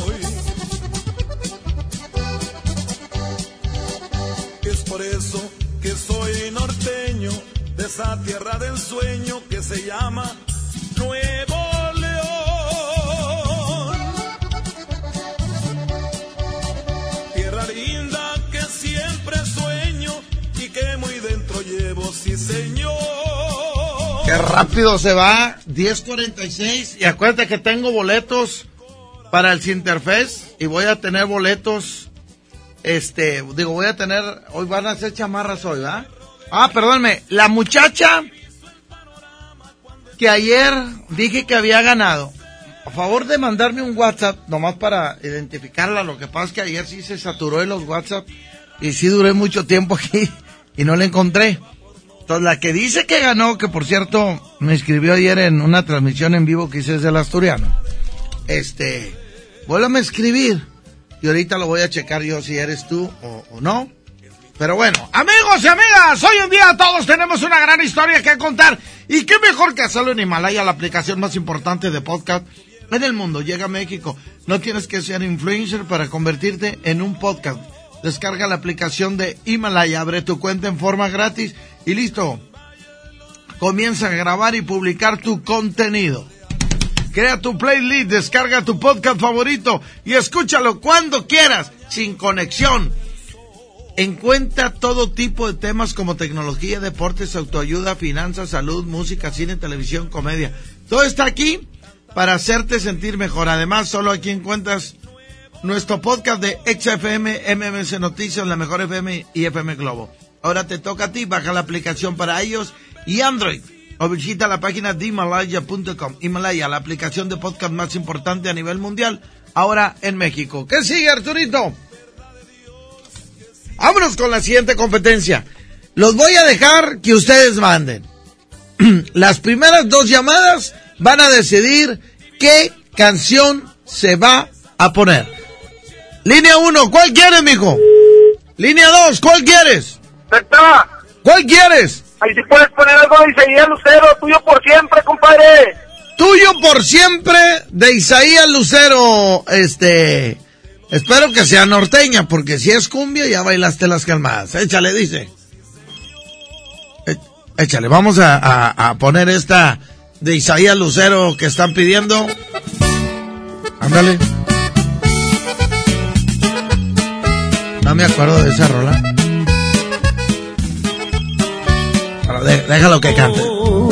Por eso que soy norteño, de esa tierra del sueño que se llama Nuevo León. Tierra linda que siempre sueño y que muy dentro llevo, sí señor. Qué rápido se va, 10:46, y acuérdate que tengo boletos para el Sinterfest y voy a tener boletos. Voy a tener, hoy van a hacer chamarras hoy, ¿verdad? Perdónme, la muchacha que ayer dije que había ganado, a favor de mandarme un WhatsApp, nomás para identificarla. Lo que pasa es que ayer sí se saturó en los WhatsApp y sí duré mucho tiempo aquí y no la encontré. Entonces, la que dice que ganó, que por cierto me escribió ayer en una transmisión en vivo que hice desde el Asturiano, vuélvame a escribir. Y ahorita lo voy a checar yo si eres tú o no. Pero bueno, amigos y amigas, hoy en día todos tenemos una gran historia que contar. Y qué mejor que hacerlo en Himalaya, la aplicación más importante de podcast en el mundo. Llega a México. No tienes que ser influencer para convertirte en un podcast. Descarga la aplicación de Himalaya, abre tu cuenta en forma gratis y listo. Comienza a grabar y publicar tu contenido. Crea tu playlist, descarga tu podcast favorito y escúchalo cuando quieras, sin conexión. Encuentra todo tipo de temas como tecnología, deportes, autoayuda, finanzas, salud, música, cine, televisión, comedia. Todo está aquí para hacerte sentir mejor. Además, solo aquí encuentras nuestro podcast de XFM, MMS Noticias, La Mejor FM y FM Globo. Ahora te toca a ti, baja la aplicación para iOS y Android. O visita la página de Himalaya.com. Himalaya, la aplicación de podcast más importante a nivel mundial, ahora en México. ¿Qué sigue, Arturito? Vámonos con la siguiente competencia. Los voy a dejar que ustedes manden. Las primeras 2 llamadas van a decidir qué canción se va a poner. Línea 1, ¿cuál quieres, mijo? Línea 2, ¿cuál quieres? ¿Cuál quieres? Ahí sí puedes poner algo de Isaías Lucero, Tuyo por Siempre, compadre. Tuyo por Siempre, de Isaías Lucero. Espero que sea norteña, porque si es cumbia ya bailaste las calmadas. Échale, dice. Échale, vamos a poner esta de Isaías Lucero que están pidiendo. Ándale. No me acuerdo de esa rola. Pero déjalo que cante.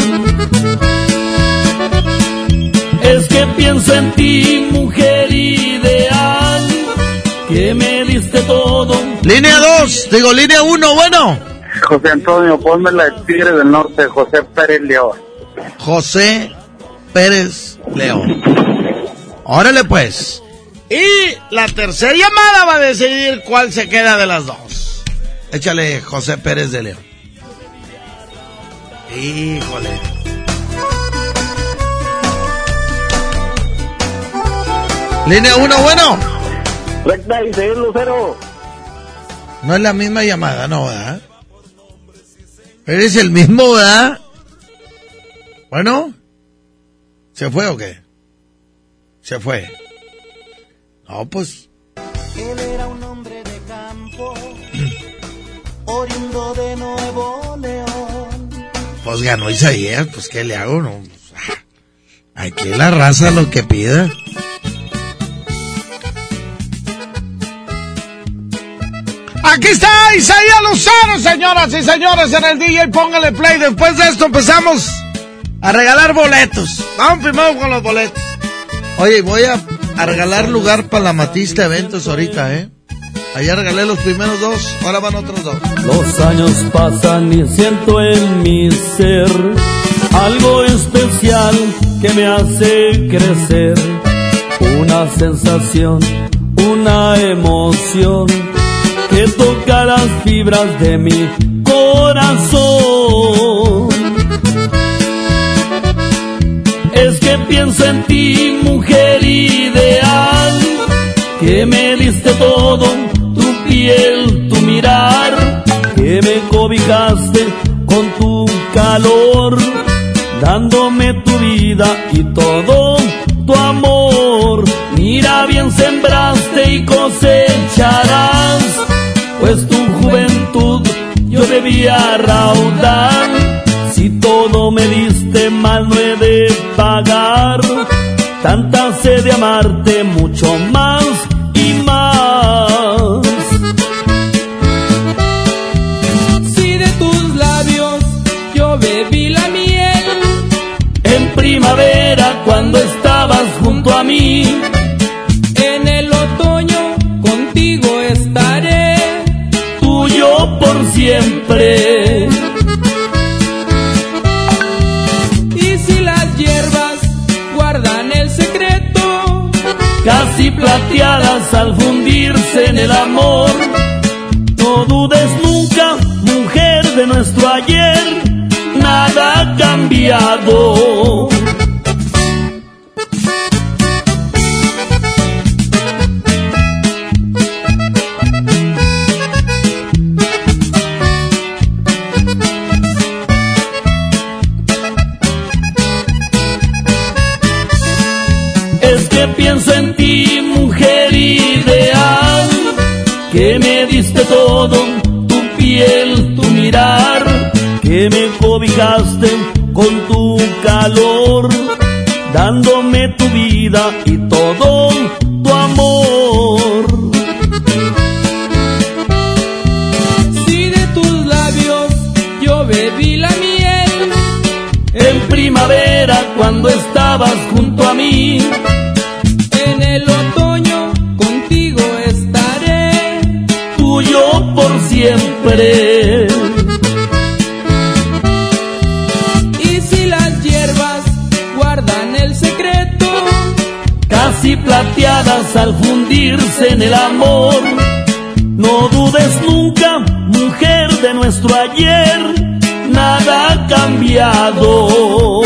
Es que pienso en ti, mujer ideal, que me diste todo. Línea 1, bueno. José Antonio, ponme la de Tigre del Norte, José Pérez León. José Pérez León. Órale pues. Y la tercera llamada va a decidir cuál se queda de las dos. Échale, José Pérez de León. Híjole. Línea 1, bueno. Recta y Isaías Lucero. No es la misma llamada, ¿no, verdad? Eres el mismo, ¿verdad? Bueno. ¿Se fue o qué? Se fue. No, pues. Él era un hombre de campo, oriundo de Nuevo León. Pues ganó Isaías, pues ¿qué le hago? No. Aquí la raza lo que pida. Aquí está Isaías Lucero, señoras y señores, en el DJ. Póngale play. Después de esto empezamos a regalar boletos. Vamos primero con los boletos. Oye, voy a regalar lugar para la Matista Eventos ahorita, ¿eh? Allá regalé los primeros 2, ahora van otros 2. Los años pasan y siento en mi ser algo especial que me hace crecer. Una sensación, una emoción que toca las fibras de mi corazón. Es que pienso en ti, mujer ideal, que me diste todo, tu piel, tu mirar, que me cobijaste con tu calor, dándome tu vida y todo tu amor. Mira, bien sembraste y cosecharás, pues tu juventud yo debía raudar. Si todo me diste mal no he de pagar, tanta sed de amarte mucho más y más. Si de tus labios yo bebí la miel, en primavera cuando estabas junto a mí, en el otoño contigo estaré, tuyo por siempre. Y si las hierbas guardan el secreto, casi plateadas al fundirse en el amor, no dudes nunca, mujer, de nuestro ayer, nada ha cambiado. Pienso en ti, mujer ideal, que me diste todo, tu piel, tu mirar, que me cobijaste con tu calor, dándome tu vida y todo tu amor. Si de tus labios yo bebí la miel, en primavera cuando estabas junto a mí, en el otoño contigo estaré, tuyo por siempre. Y si las hierbas guardan el secreto, casi y plateadas al fundirse en el amor. No dudes nunca, mujer, de nuestro ayer, nada ha cambiado.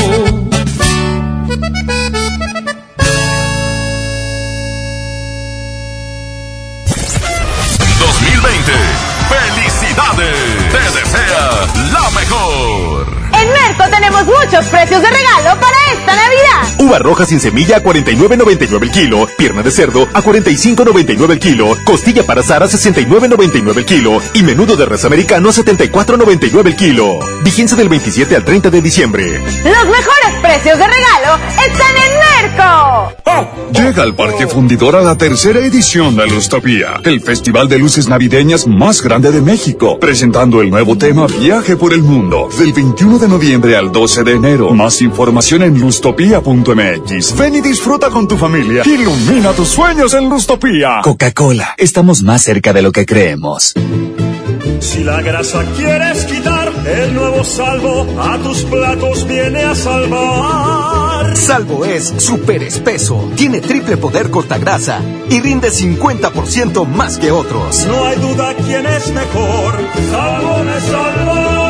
2020, ¡felicidades! Te desea la mejor. En Merco tenemos muchos precios de regalo para esta Navidad. Uva roja sin semilla a 49.99 el kilo, pierna de cerdo a 45.99 el kilo, costilla para asar a 69.99 el kilo y menudo de res americano a 74.99 el kilo. Vigencia del 27 al 30 de diciembre. Los mejores precios de regalo están en Merco. Llega al Parque Fundidora la tercera edición de Lustopía, el festival de luces navideñas más grande de México, presentando el nuevo tema Viaje por el Mundo, del 21 de noviembre al 12 de enero. Más información en lustopia.mx. Ven y disfruta con tu familia. Ilumina tus sueños en Lustopía. Coca-Cola, estamos más cerca de lo que creemos. Si la grasa quieres quitar, el nuevo Salvo a tus platos viene a salvar. Salvo es súper espeso, tiene triple poder cortagrasa y rinde 50% más que otros. No hay duda quién es mejor, Salvo me salva.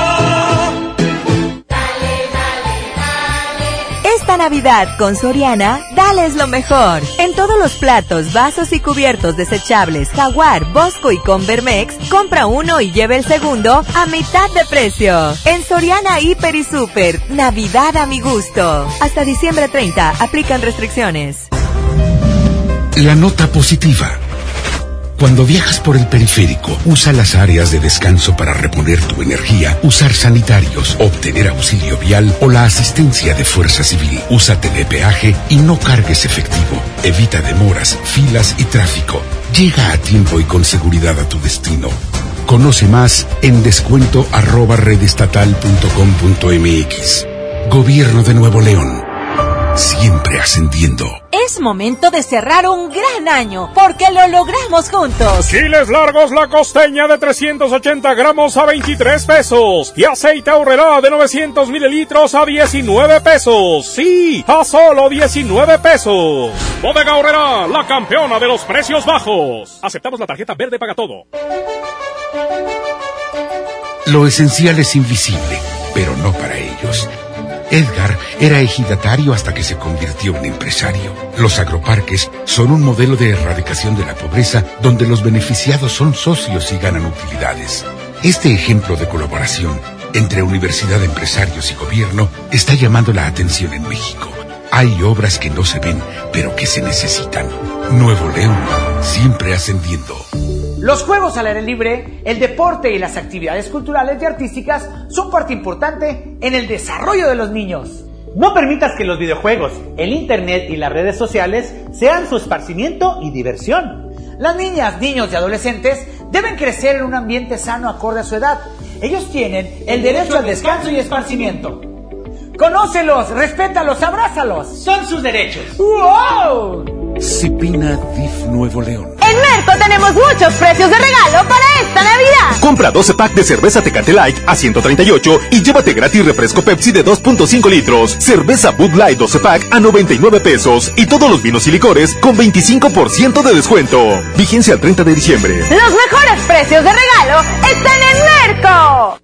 Esta Navidad con Soriana, dales lo mejor. En todos los platos, vasos y cubiertos desechables Jaguar, Bosco y Convermex, compra uno y lleve el segundo a mitad de precio. En Soriana Hiper y Super, Navidad a mi gusto. Hasta diciembre 30, aplican restricciones. La nota positiva. Cuando viajas por el periférico, usa las áreas de descanso para reponer tu energía, usar sanitarios, obtener auxilio vial o la asistencia de Fuerza Civil. Usa telepeaje y no cargues efectivo. Evita demoras, filas y tráfico. Llega a tiempo y con seguridad a tu destino. Conoce más en descuento@redestatal.com.mx. Gobierno de Nuevo León. Siempre ascendiendo. Es momento de cerrar un gran año, porque lo logramos juntos. Chiles largos La Costeña de 380 gramos a 23 pesos. Y aceite Aurrerá de 900 mililitros a 19 pesos. Sí, a solo 19 pesos. Bodega Aurrerá, la campeona de los precios bajos. Aceptamos la tarjeta verde paga todo. Lo esencial es invisible, pero no para ellos. Edgar era ejidatario hasta que se convirtió en empresario. Los agroparques son un modelo de erradicación de la pobreza donde los beneficiados son socios y ganan utilidades. Este ejemplo de colaboración entre universidad, empresarios y gobierno está llamando la atención en México. Hay obras que no se ven, pero que se necesitan. Nuevo León, siempre ascendiendo. Los juegos al aire libre, el deporte y las actividades culturales y artísticas son parte importante en el desarrollo de los niños. No permitas que los videojuegos, el internet y las redes sociales sean su esparcimiento y diversión. Las niñas, niños y adolescentes deben crecer en un ambiente sano acorde a su edad. Ellos tienen el derecho al descanso y esparcimiento. Conócelos, respétalos, abrázalos. Son sus derechos. ¡Wow! Cipina DIF Nuevo León. En Merco tenemos muchos precios de regalo para esta Navidad. Compra 12 pack de cerveza Tecate Light a 138 y llévate gratis refresco Pepsi de 2.5 litros. Cerveza Bud Light 12 pack a 99 pesos y todos los vinos y licores con 25% de descuento. Vigencia al 30 de diciembre. Los mejores precios de regalo están en Merco.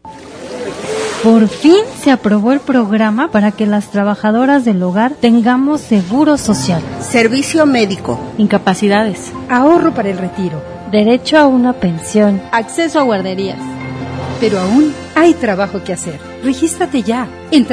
Por fin se aprobó el programa para que las trabajadoras del hogar tengamos seguro social, servicio médico, incapacidades, ahorro para el retiro, derecho a una pensión, acceso a guarderías. Pero aún hay trabajo que hacer. Regístrate ya en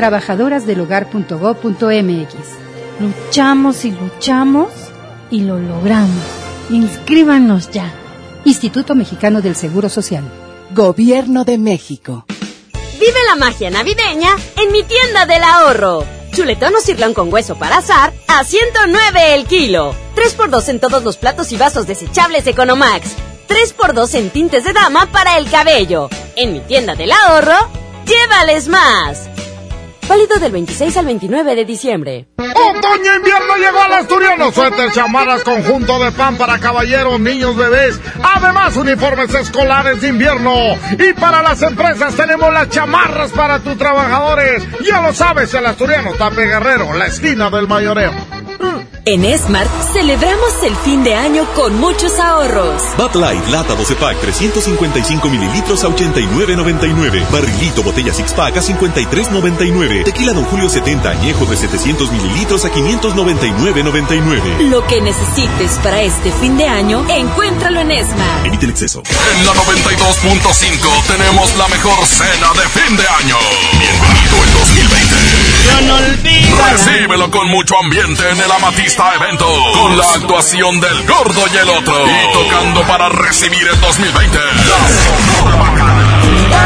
trabajadorasdelhogar.gov.mx. Luchamos y luchamos y lo logramos. Inscríbanos ya. Instituto Mexicano del Seguro Social. Gobierno de México. Vive la magia navideña en mi tienda del ahorro. Chuletón o cirlón con hueso para asar a 109 el kilo. 3x2 en todos los platos y vasos desechables Economax. 3x2 en tintes de dama para el cabello. En mi tienda del ahorro, llévales más. Válido del 26 al 29 de diciembre. Otoño invierno llegó al asturiano. Suéter, chamarras, conjunto de pan para caballeros, niños, bebés. Además, uniformes escolares de invierno. Y para las empresas tenemos las chamarras para tus trabajadores. Ya lo sabes, el asturiano Tape Guerrero, la esquina del mayoreo. En Esmart celebramos el fin de año con muchos ahorros. Bud Light, lata 12 pack, 355 mililitros a $89.99. Barrilito, botella six pack a $53.99. Tequila Don Julio 70 añejo de 700 mililitros a $599.99. Lo que necesites para este fin de año, encuéntralo en Esmart. Evite el exceso. En la 92.5 tenemos la mejor cena de fin de año. Bienvenido el 2020. Yo no olvido. Recíbelo con mucho ambiente en el Amatista Evento, con la actuación del Gordo y el Otro, y tocando para recibir el 2020. La Sonora Bacana.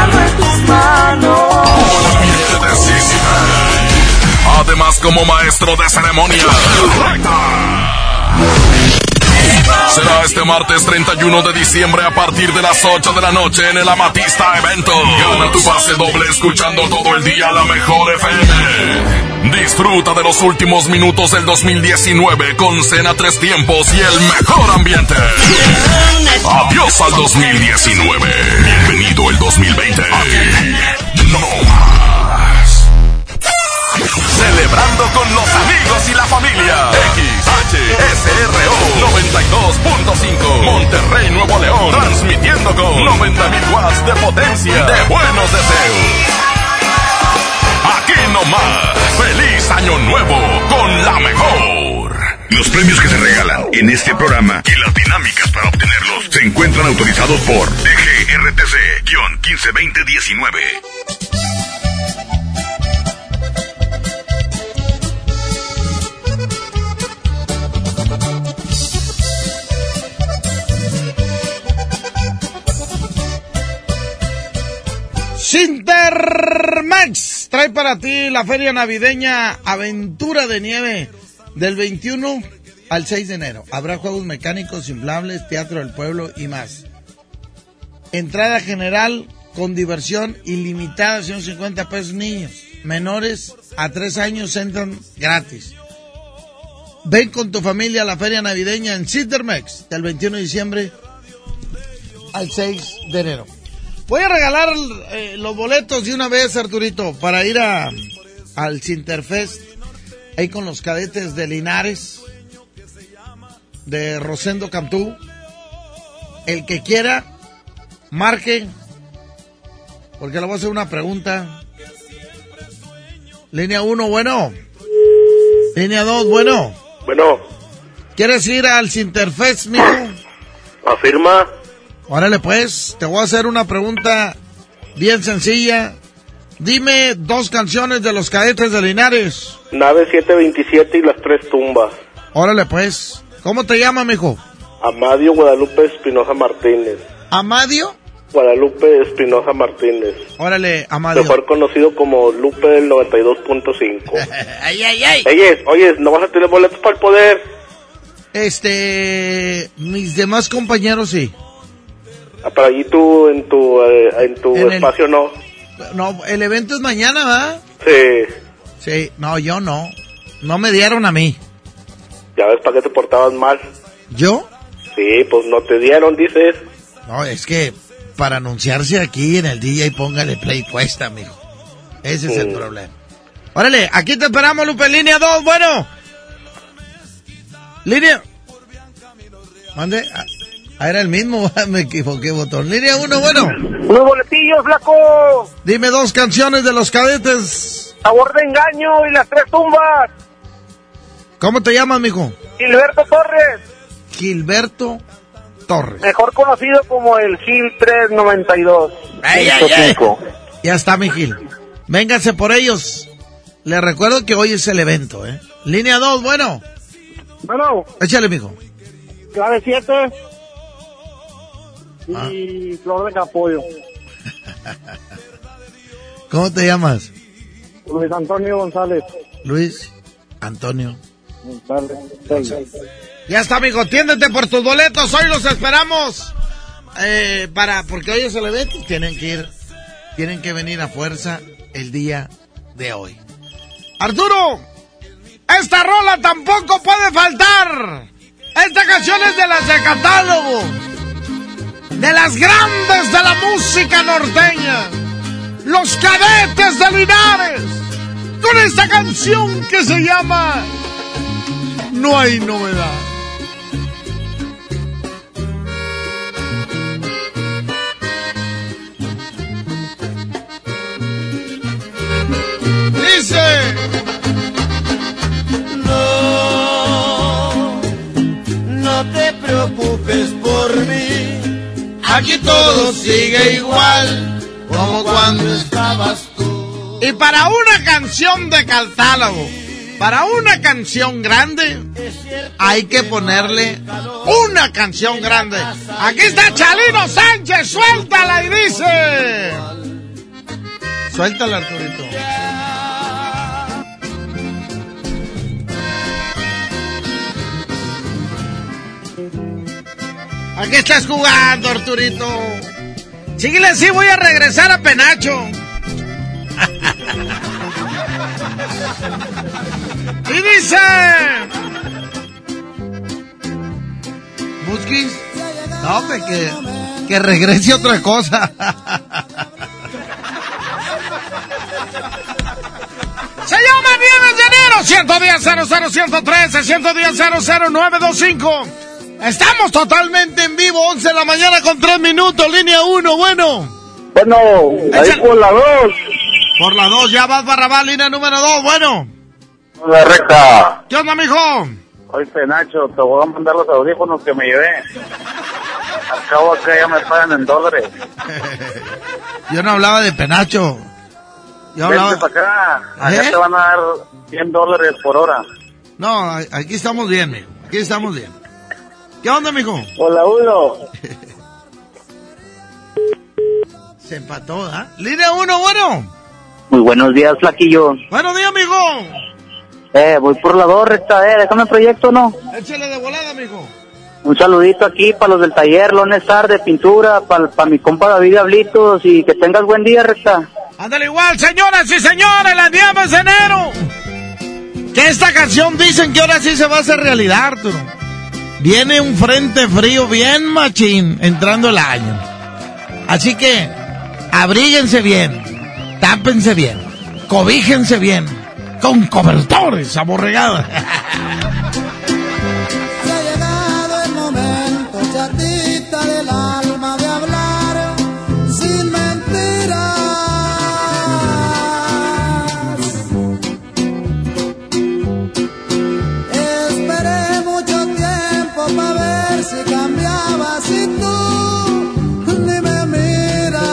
Con el ambiente de Sissy Hey. Además, como maestro de ceremonia, el Recta. Será este martes 31 de diciembre a partir de las 8 de la noche en el Amatista Evento. Gana tu pase doble escuchando todo el día la mejor FM. Disfruta de los últimos minutos del 2019 con cena 3 tiempos y el mejor ambiente. Adiós al 2019. Bienvenido el 2020. Aquí no más. Celebrando con los amigos y la familia. XHSRO 92.5 Monterrey, Nuevo León. Transmitiendo con 90.000 watts de potencia de buenos deseos. Aquí nomás. ¡Feliz Año Nuevo con la mejor! Los premios que se regalan en este programa y las dinámicas para obtenerlos se encuentran autorizados por DGRTC-152019. Cintermex trae para ti la feria navideña Aventura de Nieve del 21 al 6 de enero. Habrá juegos mecánicos, inflables, teatro del pueblo y más. Entrada general con diversión ilimitada, 150 pesos niños. Menores a 3 años entran gratis. Ven con tu familia a la feria navideña en Cintermex del 21 de diciembre al 6 de enero. Voy a regalar los boletos de una vez, Arturito, para ir al Cinterfest, ahí con los cadetes de Linares, de Rosendo Cantú. El que quiera, marque, porque le voy a hacer una pregunta. Línea 1, bueno. Línea 2, bueno. Bueno. ¿Quieres ir al Cinterfest, mijo? Afirma. Órale pues, te voy a hacer una pregunta bien sencilla. Dime 2 canciones de los cadetes de Linares. Nave 727 y las 3 tumbas. Órale pues, ¿cómo te llamas, mijo? Amadio Guadalupe Espinosa Martínez. ¿Amadio? Guadalupe Espinosa Martínez. Órale, Amadio. Mejor conocido como Lupe del 92.5. ¡Ay, ay, ay! Oye, ¿no vas a tener boletos para el poder? Mis demás compañeros sí. Para allí tú, en tu espacio no. No, el evento es mañana, ¿verdad? Sí. Sí, no, yo no. No me dieron a mí. Ya ves para qué te portabas mal. ¿Yo? Sí, pues no te dieron, dices. No, es que para anunciarse aquí en el DJ póngale play cuesta, mijo. Ese es el problema. Órale, aquí te esperamos, Lupe. Línea 2, bueno. Línea... Mande... era el mismo, me equivoqué, botón. Línea 1, bueno. Unos boletillos, flaco. Dime 2 canciones de los cadetes. Sabor de engaño y las 3 tumbas. ¿Cómo te llamas, mijo? Gilberto Torres. Gilberto Torres. Mejor conocido como el Gil 392. ¡Ay, ay, ay! Ya está, mi Gil. Vénganse por ellos. Les recuerdo que hoy es el evento, ¿eh? Línea 2, bueno. Bueno. Échale, mijo. Clave 7. Y flor de capullo. ¿Cómo te llamas? Luis Antonio González. Luis Antonio González. Ya está, amigo, tiéndete por tus boletos. Hoy los esperamos. Porque hoy es el evento. Tienen que venir a fuerza el día de hoy. Arturo, esta rola tampoco puede faltar. Esta canción es de las de catálogo, de las grandes de la música norteña, los Cadetes de Linares, con esta canción que se llama no hay novedad. Dice: no te preocupes por mí, aquí todo sigue igual como cuando estabas tú. Y para una canción de catálogo, para una canción grande, hay que ponerle una canción grande. Aquí está Chalino Sánchez, suéltala y dice... Suéltala, Arturito. Aquí estás jugando, Arturito. Síguele así, voy a regresar a Penacho. Y dice... ¿Busquis? No, que regrese otra cosa. Se llama Viernes de Enero, 110-00-113, 110-00-925. Estamos totalmente en vivo, 11 de la mañana con 3 minutos, línea 1, bueno. Bueno, ahí por la 2. Por la 2, ya vas Barrabás, línea número 2, bueno. La recta. ¿Qué onda, mijo? Oye, Nacho, te voy a mandar los audífonos que me llevé. Acabo acá, ya me pagan en dólares. Yo no hablaba de Penacho. Yo hablaba... Vente para acá, allá te van a dar $100 por hora. No, aquí estamos bien, mijo, aquí estamos bien. ¿Qué onda, mijo? Hola, uno. Se empató, ¿ah? Línea 1, bueno. Muy buenos días, flaquillo. Buenos días, mijo. Voy por la 2, recta, déjame el proyecto, ¿no? Échale de volada, mijo. Un saludito aquí para los del taller, Lone Star de pintura, para mi compa David Diablitos, y que tengas buen día, recta. Ándale igual, señoras y señores, las Viernes de Enero. Que esta canción dicen que ahora sí se va a hacer realidad, Arturo. Viene un frente frío bien machín entrando el año. Así que abríguense bien, tápense bien, cobíjense bien, con cobertores aborregados. Se ha llegado el momento, chatita del alma, de hablar sin mentiras. Esperé mucho tiempo para ver si cambiabas y tú ni me miras.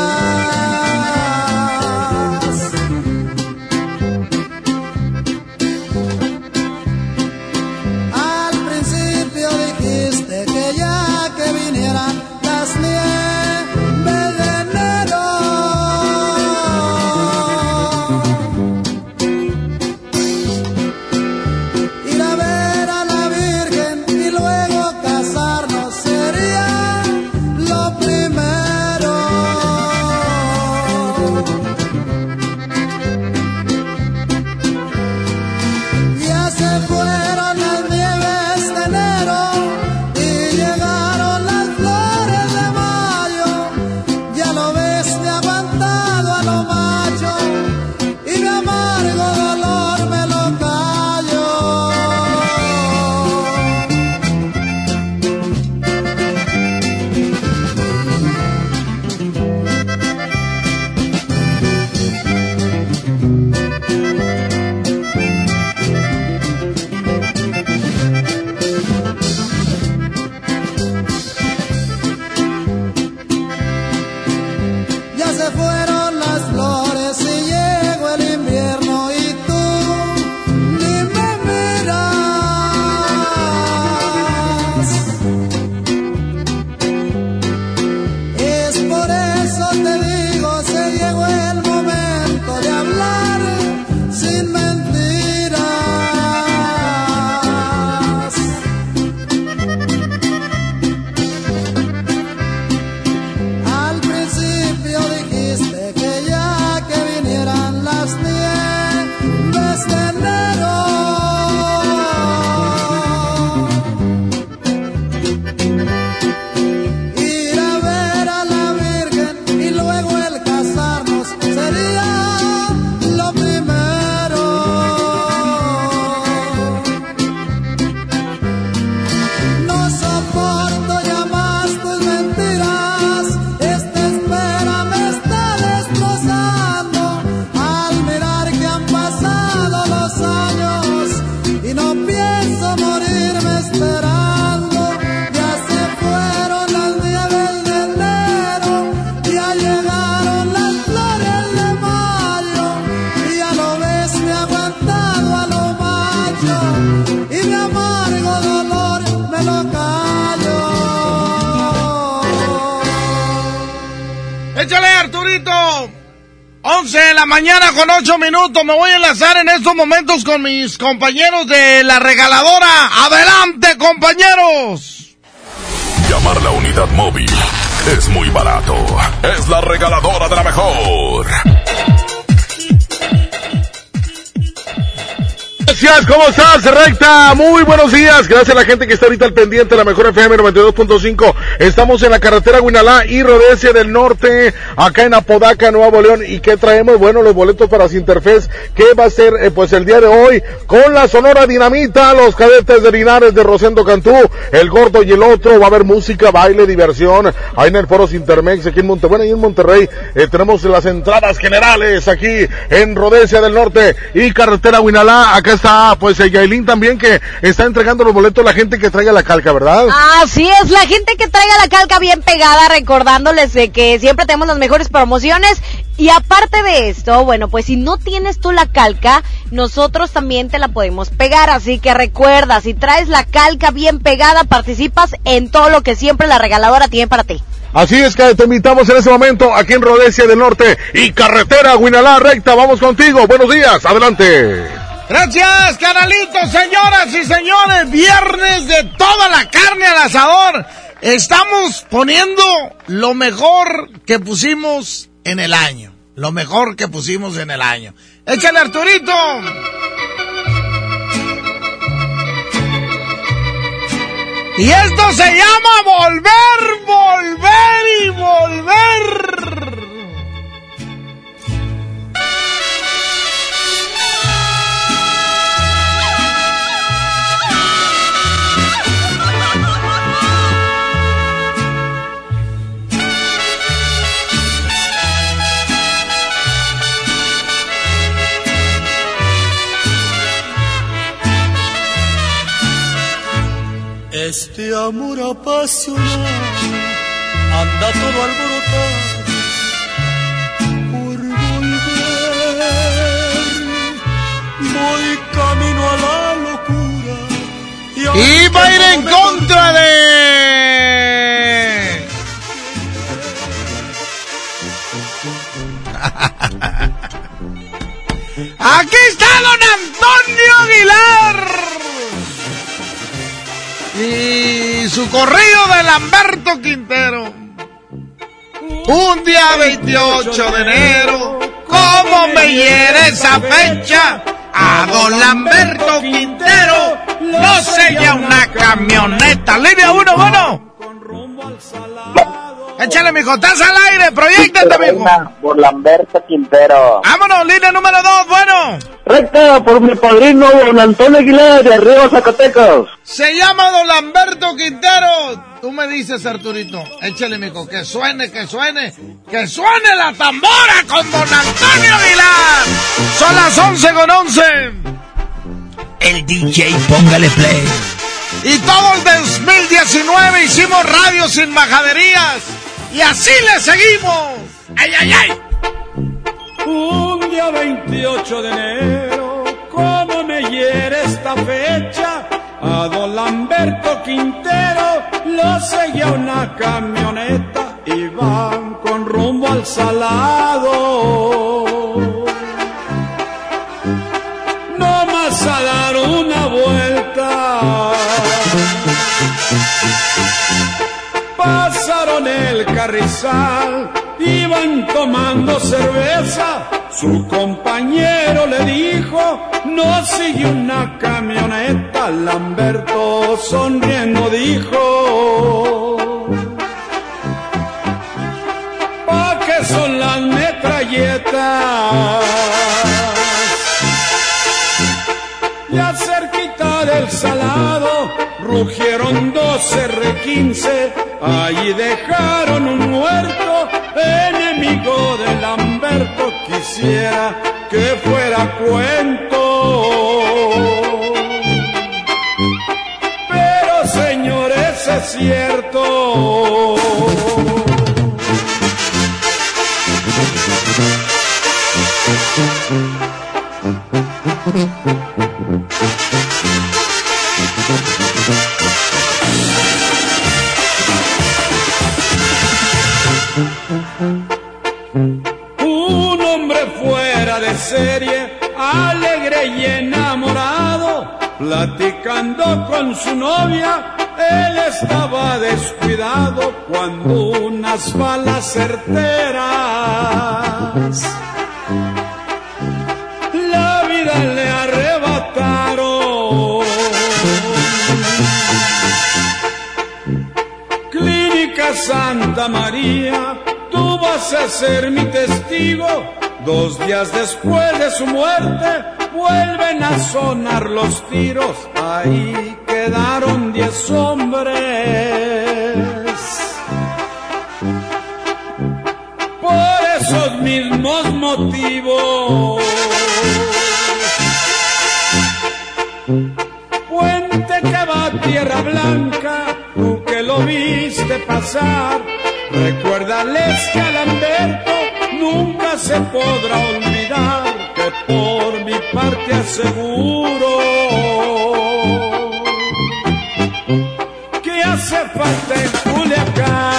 y mi amargo dolor me lo callo. Échale, Arturito. 11 de la mañana con 8 minutos. Me voy a enlazar en estos momentos con mis compañeros de la regaladora. ¡Adelante, compañeros! Llamar la unidad móvil es muy barato. Es la regaladora de la mejor. Gracias, ¿cómo estás, Recta? Muy buenos días, gracias a la gente que está ahorita al pendiente de la mejor FM 92.5. Estamos en la carretera Huinalá y Rodesia del Norte, acá en Apodaca, Nuevo León. ¿Y qué traemos? Bueno, los boletos para Sinterfest, que va a ser pues el día de hoy, con la Sonora Dinamita, los Cadetes de Linares de Rosendo Cantú, El Gordo y el Otro. Va a haber música, baile, diversión, ahí en el Foro Sintermex, aquí en Monterrey, y en Monterrey. Tenemos las entradas generales aquí en Rodesia del Norte y carretera Huinalá. Acá está pues Yailin también, que está entregando los boletos a la gente que traiga la calca, ¿verdad? Así es, la gente que traiga la calca bien pegada, recordándoles de que siempre tenemos las mejores promociones. Y aparte de esto, bueno, pues si no tienes tú la calca, nosotros también te la podemos pegar. Así que recuerda, si traes la calca bien pegada, participas en todo lo que siempre la regaladora tiene para ti. Así es que te invitamos en este momento aquí en Rodesia del Norte y carretera Huinalá. Recta, vamos contigo. Buenos días, adelante. Gracias, canalitos, señoras y señores. Viernes de toda la carne al asador. Estamos poniendo lo mejor que pusimos en el año. Lo mejor que pusimos en el año. Échale, Arturito. Y esto se llama volver, volver y volver. Este amor apasionado anda todo alborotado por volver. Voy camino a la locura y va a ir en contra de... Aquí está don Antonio Aguilar y su corrido de Lamberto Quintero. Un día 28 de enero, ¿cómo me hiere esa fecha? A don Lamberto Quintero no seguía una camioneta. Línea 1, bueno. Échale, mijo, estás al aire, proyéctate, mijo. Por Lamberto Quintero. Vámonos, línea número 2, bueno. Recta, por mi padrino, don Antonio Aguilar, de Arriba, Zacatecas. Se llama don Lamberto Quintero. Tú me dices, Arturito, échale, mijo, que suene la tambora con don Antonio Aguilar. Son las 11:11. El DJ, póngale play. Y todo el 2019 hicimos radio sin majaderías. Y así le seguimos. ¡Ay, ay, ay! Un día 28 de enero, ¿cómo me hiere esta fecha? A don Lamberto Quintero lo seguía una camioneta y van con rumbo al Salado. No más a dar una vuelta. Pasaron el Carrizal, iban tomando cerveza. Su compañero le dijo, no sigue una camioneta. Lamberto sonriendo dijo, ¿pa' qué son las metralletas? Ya cerquita del Salado rugieron 2 R15, allí dejaron un muerto, enemigo de Lamberto. Quisiera que fuera cuento, pero señores, es cierto. platicando con su novia, él estaba descuidado cuando unas balas certeras la vida le arrebataron. Clínica Santa María, tú vas a ser mi testigo. 2 días después de su muerte vuelven a sonar los tiros. Ahí quedaron 10 hombres. Por esos mismos motivos, puente que va a Tierra Blanca, tú que lo viste pasar, recuérdales que a Lamberto nunca se podrá olvidar, que por mi parte aseguro que hace falta en Culiacán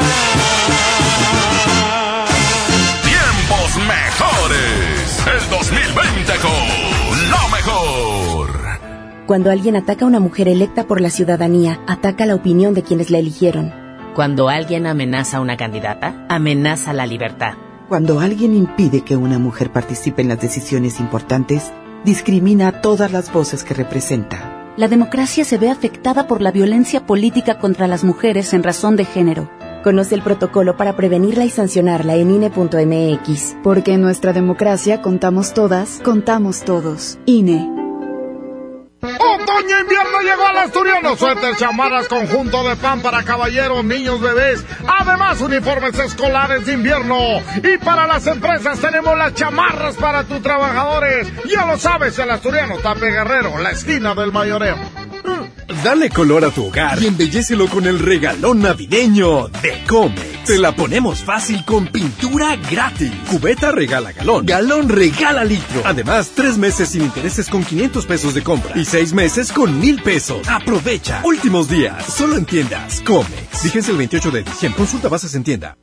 tiempos mejores. El 2020 con lo mejor. Cuando alguien ataca a una mujer electa por la ciudadanía, ataca la opinión de quienes la eligieron. Cuando alguien amenaza a una candidata, amenaza la libertad. Cuando alguien impide que una mujer participe en las decisiones importantes, discrimina a todas las voces que representa. La democracia se ve afectada por la violencia política contra las mujeres en razón de género. Conoce el protocolo para prevenirla y sancionarla en INE.mx. Porque en nuestra democracia contamos todas, contamos todos. INE. Otoño invierno llegó al Asturiano. Suéter, chamarras, conjunto de pan para caballeros, niños, bebés. Además, uniformes escolares de invierno. Y para las empresas tenemos las chamarras para tus trabajadores. Ya lo sabes, el Asturiano Tape Guerrero, la esquina del mayoreo. Dale color a tu hogar y embellécelo con el regalón navideño de Comex. Te la ponemos fácil con pintura gratis. Cubeta regala galón, galón regala litro. Además, 3 meses sin intereses con 500 pesos de compra y 6 meses con 1,000 pesos. Aprovecha. Últimos días, solo en tiendas Comex. Fíjense el 28 de diciembre. Consulta bases en tienda.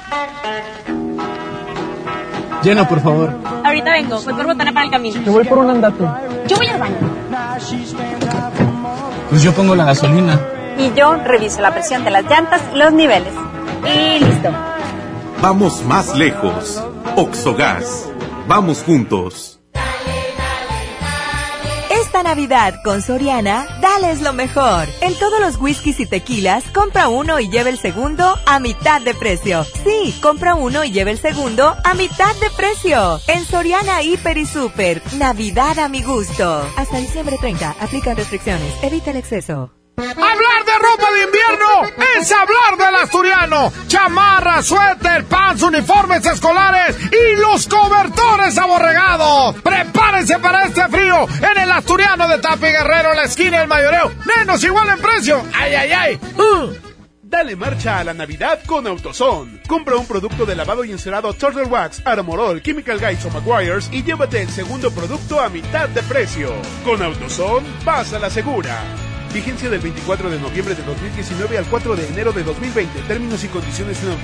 Llena, por favor. Ahorita vengo, voy por botana para el camino. Yo voy por un andate. Yo voy al baño. Pues yo pongo la gasolina. Y yo reviso la presión de las llantas y los niveles. Y listo. Vamos más lejos. Oxogas. Vamos juntos. Esta Navidad con Soriana, dales lo mejor. En todos los whiskies y tequilas, compra uno y lleva el segundo a mitad de precio. Sí, compra uno y lleva el segundo a mitad de precio. En Soriana Hiper y Super, Navidad a mi gusto. Hasta diciembre 30, aplican restricciones, evita el exceso. Hablar de ropa de invierno es hablar del Asturiano. Chamarra, suéter, pants, uniformes escolares y los cobertores aborregados. Prepárense para este frío en el Asturiano de Tape Guerrero, la esquina del mayoreo. Menos igual en precio. ¡Ay, ay, ay! Dale marcha a la Navidad con AutoZone. Compra un producto de lavado y encerado Turtle Wax, Armorol, Chemical Guys o Meguiar's y llévate el segundo producto a mitad de precio. Con AutoZone, vas a la segura. Vigencia del 24 de noviembre de 2019 al 4 de enero de 2020. Términos y condiciones en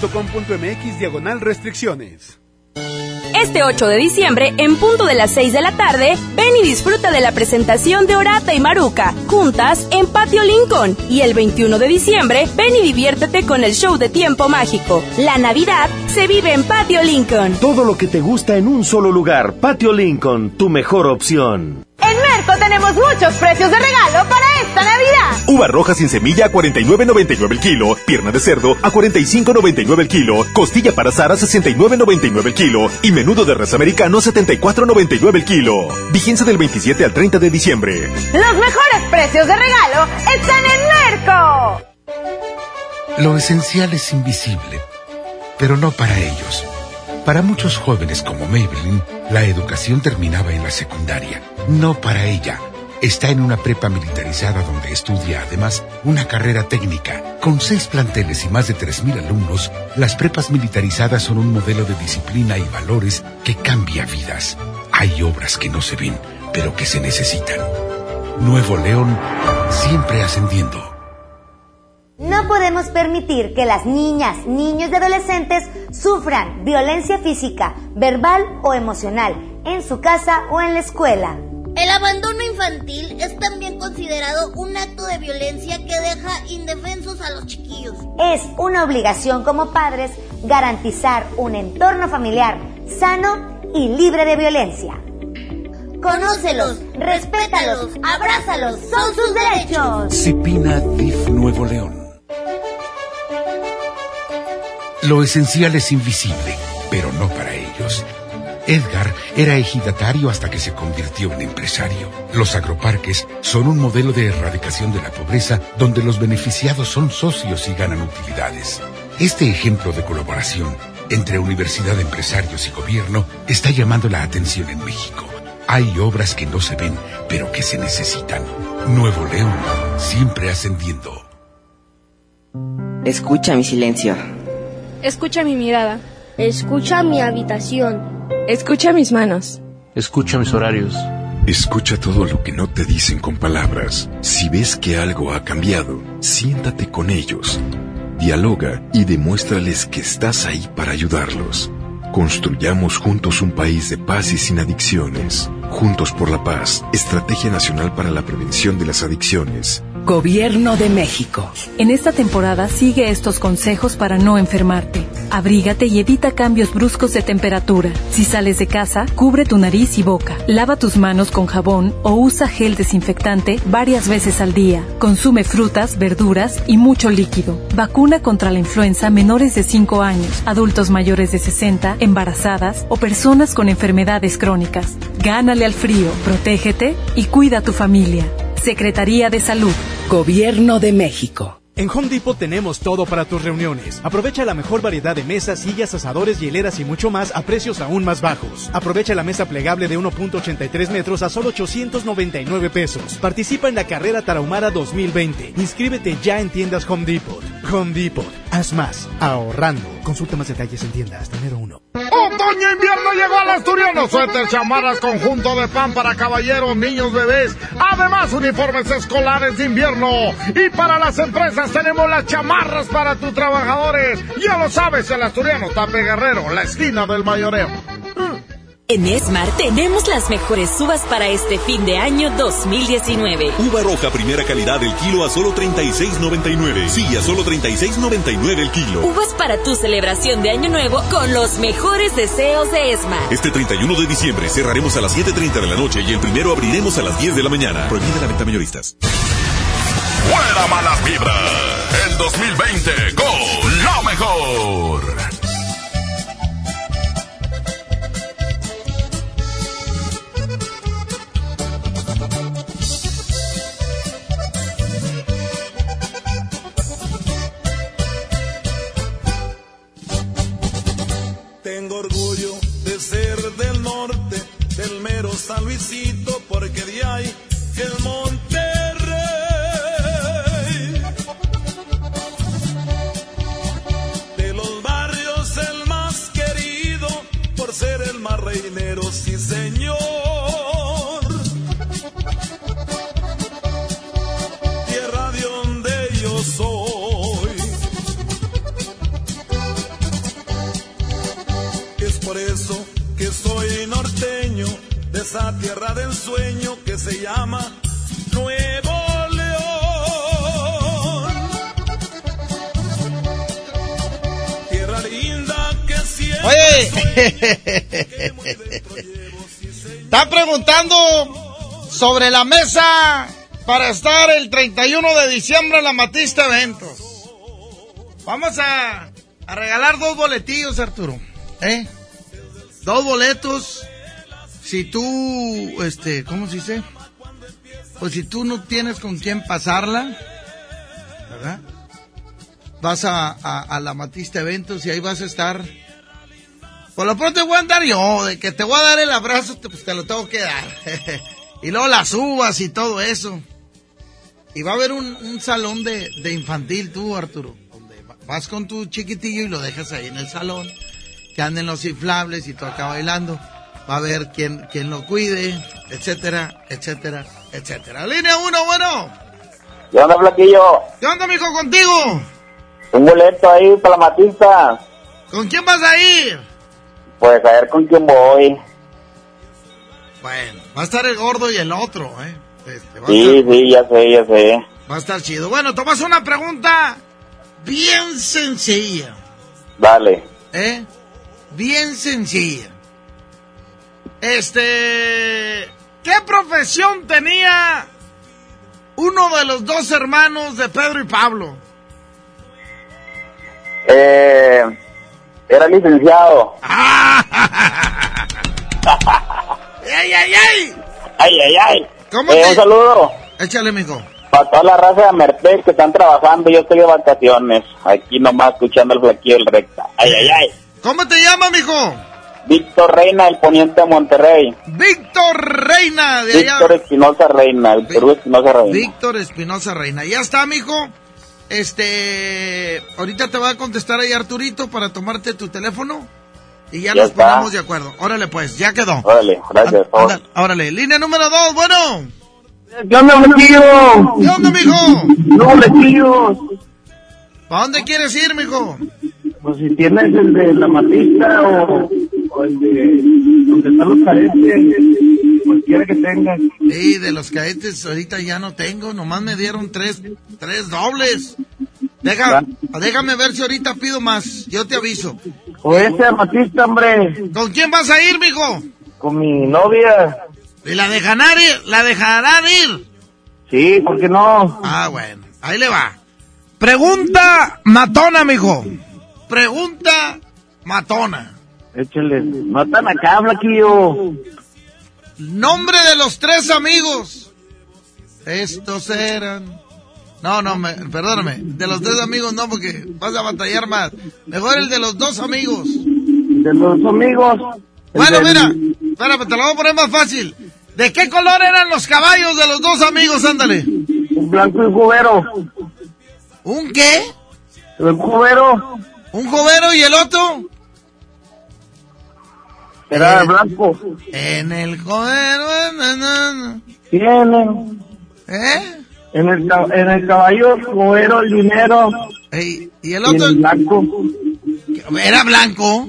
autozone.com.mx/restricciones. Este 8 de diciembre, en punto de las 6 de la tarde, ven y disfruta de la presentación de Orata y Maruca, juntas en Patio Lincoln. Y el 21 de diciembre, ven y diviértete con el show de Tiempo Mágico. La Navidad se vive en Patio Lincoln. Todo lo que te gusta en un solo lugar. Patio Lincoln, tu mejor opción. En Merco tenemos muchos precios de regalo para esta Navidad. Uva roja sin semilla a 49.99 el kilo, pierna de cerdo a 45.99 el kilo, costilla para asar a 69.99 el kilo y menudo de res americano a 74.99 el kilo. Vigencia del 27 al 30 de diciembre. Los mejores precios de regalo están en Merco. Lo esencial es invisible, pero no para ellos. Para muchos jóvenes como Maybelline, la educación terminaba en la secundaria. No para ella. Está en una prepa militarizada donde estudia además una carrera técnica. Con 6 planteles y más de 3,000 alumnos, las prepas militarizadas son un modelo de disciplina y valores que cambia vidas. Hay obras que no se ven, pero que se necesitan. Nuevo León, siempre ascendiendo. No podemos permitir que las niñas, niños y adolescentes sufran violencia física, verbal o emocional, en su casa o en la escuela. El abandono infantil infantil es también considerado un acto de violencia que deja indefensos a los chiquillos. Es una obligación como padres garantizar un entorno familiar sano y libre de violencia. Conócelos, respétalos, abrázalos, son sus derechos. Cepina DIF Nuevo León. Lo esencial es invisible, pero no para ellos. Edgar era ejidatario hasta que se convirtió en empresario. Los agroparques son un modelo de erradicación de la pobreza donde los beneficiados son socios y ganan utilidades. Este ejemplo de colaboración entre universidad, empresarios y gobierno está llamando la atención en México. Hay obras que no se ven, pero que se necesitan. Nuevo León, siempre ascendiendo. Escucha mi silencio. Escucha mi mirada. Escucha mi habitación. Escucha mis manos. Escucha mis horarios. Escucha todo lo que no te dicen con palabras. Si ves que algo ha cambiado, siéntate con ellos. Dialoga y demuéstrales que estás ahí para ayudarlos. Construyamos juntos un país de paz y sin adicciones. Juntos por la paz, Estrategia Nacional para la Prevención de las Adicciones. Gobierno de México. En esta temporada sigue estos consejos para no enfermarte. Abrígate y evita cambios bruscos de temperatura. Si sales de casa, cubre tu nariz y boca. Lava tus manos con jabón o usa gel desinfectante varias veces al día. Consume frutas, verduras y mucho líquido. Vacuna contra la influenza menores de 5 años, adultos mayores de 60, embarazadas o personas con enfermedades crónicas. Gánale al frío, protégete y cuida a tu familia. Secretaría de Salud. Gobierno de México. En Home Depot tenemos todo para tus reuniones. Aprovecha la mejor variedad de mesas, sillas, asadores, hieleras y mucho más a precios aún más bajos. Aprovecha la mesa plegable de 1.83 metros a solo 899 pesos. Participa en la carrera Tarahumara 2020. Inscríbete ya en tiendas Home Depot. Home Depot. Haz más. Ahorrando. Consulta más detalles en tiendas. Hasta enero 1. Otoño e invierno llegó al Asturiano. Suéter, chamarras, conjunto de pan para caballeros, niños, bebés. Además, uniformes escolares de invierno. Y para las empresas tenemos las chamarras para tus trabajadores. Ya lo sabes, el Asturiano, Tape Guerrero, la esquina del mayoreo. En Esmar tenemos las mejores uvas para este fin de año 2019. Uva roja primera calidad el kilo a solo 36.99. Sí, a solo 36.99 el kilo. Uvas para tu celebración de año nuevo con los mejores deseos de Esmar. Este 31 de diciembre cerraremos a las 7:30 de la noche y el primero abriremos a las 10 de la mañana. Prohibida la venta mayoristas. ¡Fuera malas vibras! El 2020 con lo mejor. Tengo orgullo de ser del norte, del mero San Luisito, porque de ahí el Monterrey. De los barrios el más querido, por ser el más reinero, sí señor. Tierra de donde yo soy. Es por eso que soy norteño, de esa tierra de ensueño que se llama Nuevo León. Tierra linda que siempre. Oye, están preguntando sobre la mesa para estar el 31 de diciembre en la Matista Eventos. Vamos a regalar 2 boletillos, Arturo. 2 boletos. Si tú, ¿cómo se dice? Pues si tú no tienes con quién pasarla, ¿verdad? Vas a la Matista Eventos y ahí vas a estar. Por lo pronto te voy a andar yo, de que te voy a dar el abrazo, pues te lo tengo que dar. Y luego las uvas y todo eso. Y va a haber un salón de infantil tú, Arturo, donde vas con tu chiquitillo y lo dejas ahí en el salón. Que anden los inflables y tú acá bailando. Va a haber quien lo cuide, etcétera, etcétera, etcétera. Línea 1, bueno. ¿Qué onda, Flaquillo? ¿Qué onda, mijo, contigo? Un boleto ahí para la Matista. ¿Con quién vas a ir? Pues a ver con quién voy. Bueno, va a estar el gordo y el otro, Sí, ya sé. Va a estar chido. Bueno, tomas una pregunta bien sencilla. Dale. Bien sencilla. ¿Qué profesión tenía uno de los dos hermanos de Pedro y Pablo? Era licenciado. ¡Ay! ¿Cómo un saludo. Échale, mijo. Para toda la raza de Mertec que están trabajando, yo estoy de vacaciones. Aquí nomás escuchando el flaquillo del recta. ¡Ay! ¿Cómo te llamas, mijo? Víctor Reina, el poniente de Monterrey. Víctor Reina, de allá. Víctor Espinosa Reina, el Perú Espinosa Reina. Víctor Espinosa Reina. Ya está, mijo. Ahorita te va a contestar ahí Arturito para tomarte tu teléfono y ya nos ponemos de acuerdo. Órale, pues, ya quedó. Órale, gracias. Órale, línea número 2, bueno. ¿Qué onda, flaquillo? ¿Qué onda, mijo? No, flaquillo. ¿Para dónde quieres ir, mijo? Pues si tienes el de la Matista o el de donde están los cadetes, cualquiera que tengas. Sí, de los cadetes ahorita ya no tengo, nomás me dieron tres dobles. Déjame ver si ahorita pido más, yo te aviso. O ese Matista, hombre. ¿Con quién vas a ir, mijo? Con mi novia. ¿Y la dejarán ir? Sí, ¿por qué no? Ah, bueno, ahí le va. Pregunta matona, mijo. Pregunta matona. Échale, matan acá, flaquillo. Nombre de los 3 amigos. Estos eran... perdóname. De los 3 amigos no, porque vas a batallar más. Mejor el de los 2 amigos. De los amigos. Bueno, mira, espérame, te lo voy a poner más fácil. ¿De qué color eran los caballos de los 2 amigos? Ándale. Un blanco y un jovero. ¿Un qué? Un jovero. ¿Un jovero y el otro? Era blanco. En el jovero... Tiene. En el caballo, jovero, el dinero. ¿Y el otro? Y el blanco. ¿Era blanco?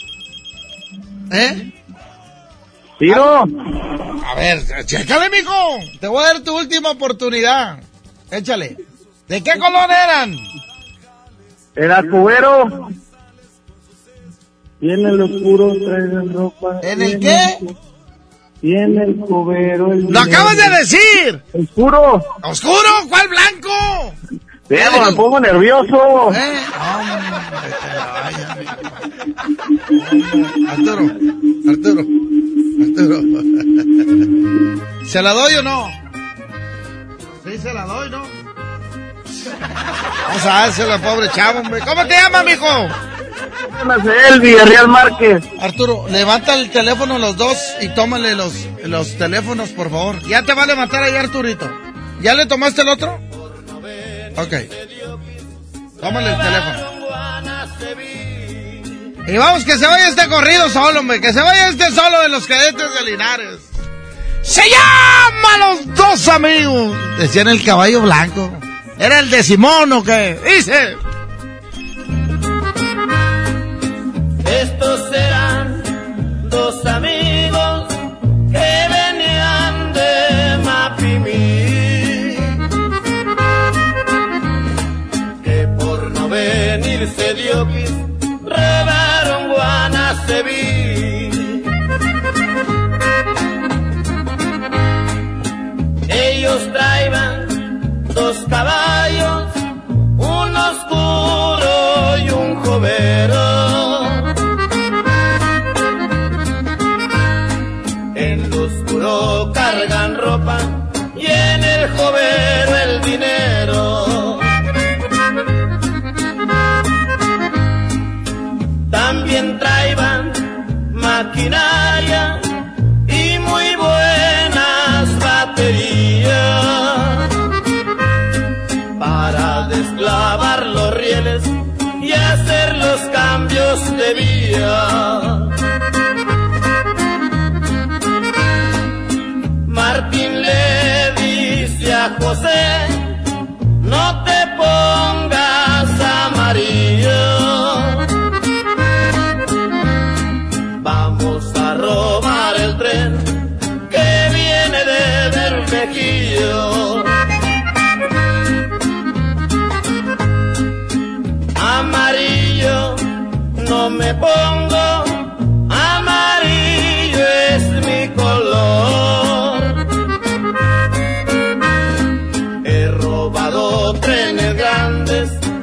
¿Tiro? A ver, chécale, mijo. Te voy a dar tu última oportunidad. Échale. ¿De qué color eran? Era cubero. Tiene el oscuro, trae ropa. ¿En el qué? Tiene el cubero. ¡Lo acabas de decir! ¡Oscuro! ¿Oscuro? ¿Cuál blanco? Pero me pongo nervioso. Arturo. ¿Se la doy o no? Sí, se la doy, ¿no? Vamos a dársela, pobre chavo, hombre. ¿Cómo te llamas, mijo? El Villarreal Márquez. Arturo, levanta el teléfono los dos y tómale los teléfonos, por favor. Ya te va a levantar ahí, Arturito. ¿Ya le tomaste el otro? Ok. Tómale el teléfono. Y vamos, que se vaya este corrido solo, hombre. Que se vaya este solo de los cadetes de Linares. ¡Se llama Los 2 amigos! Decían el caballo blanco. ¿Era el de Simón o qué? Dice... Estos eran 2 amigos que venían de Mapimí, que por no venirse Diokis robaron Guanaceví. Ellos traían 2 caballos, un oscuro y un jovero. Cargan ropa y en el jovero el dinero. También traían maquinaria y muy buenas baterías para desclavar los rieles y hacer los cambios de vía. Martín le dice a José, no te pongas amarillo, vamos a robar el tren que viene de Bermejillo.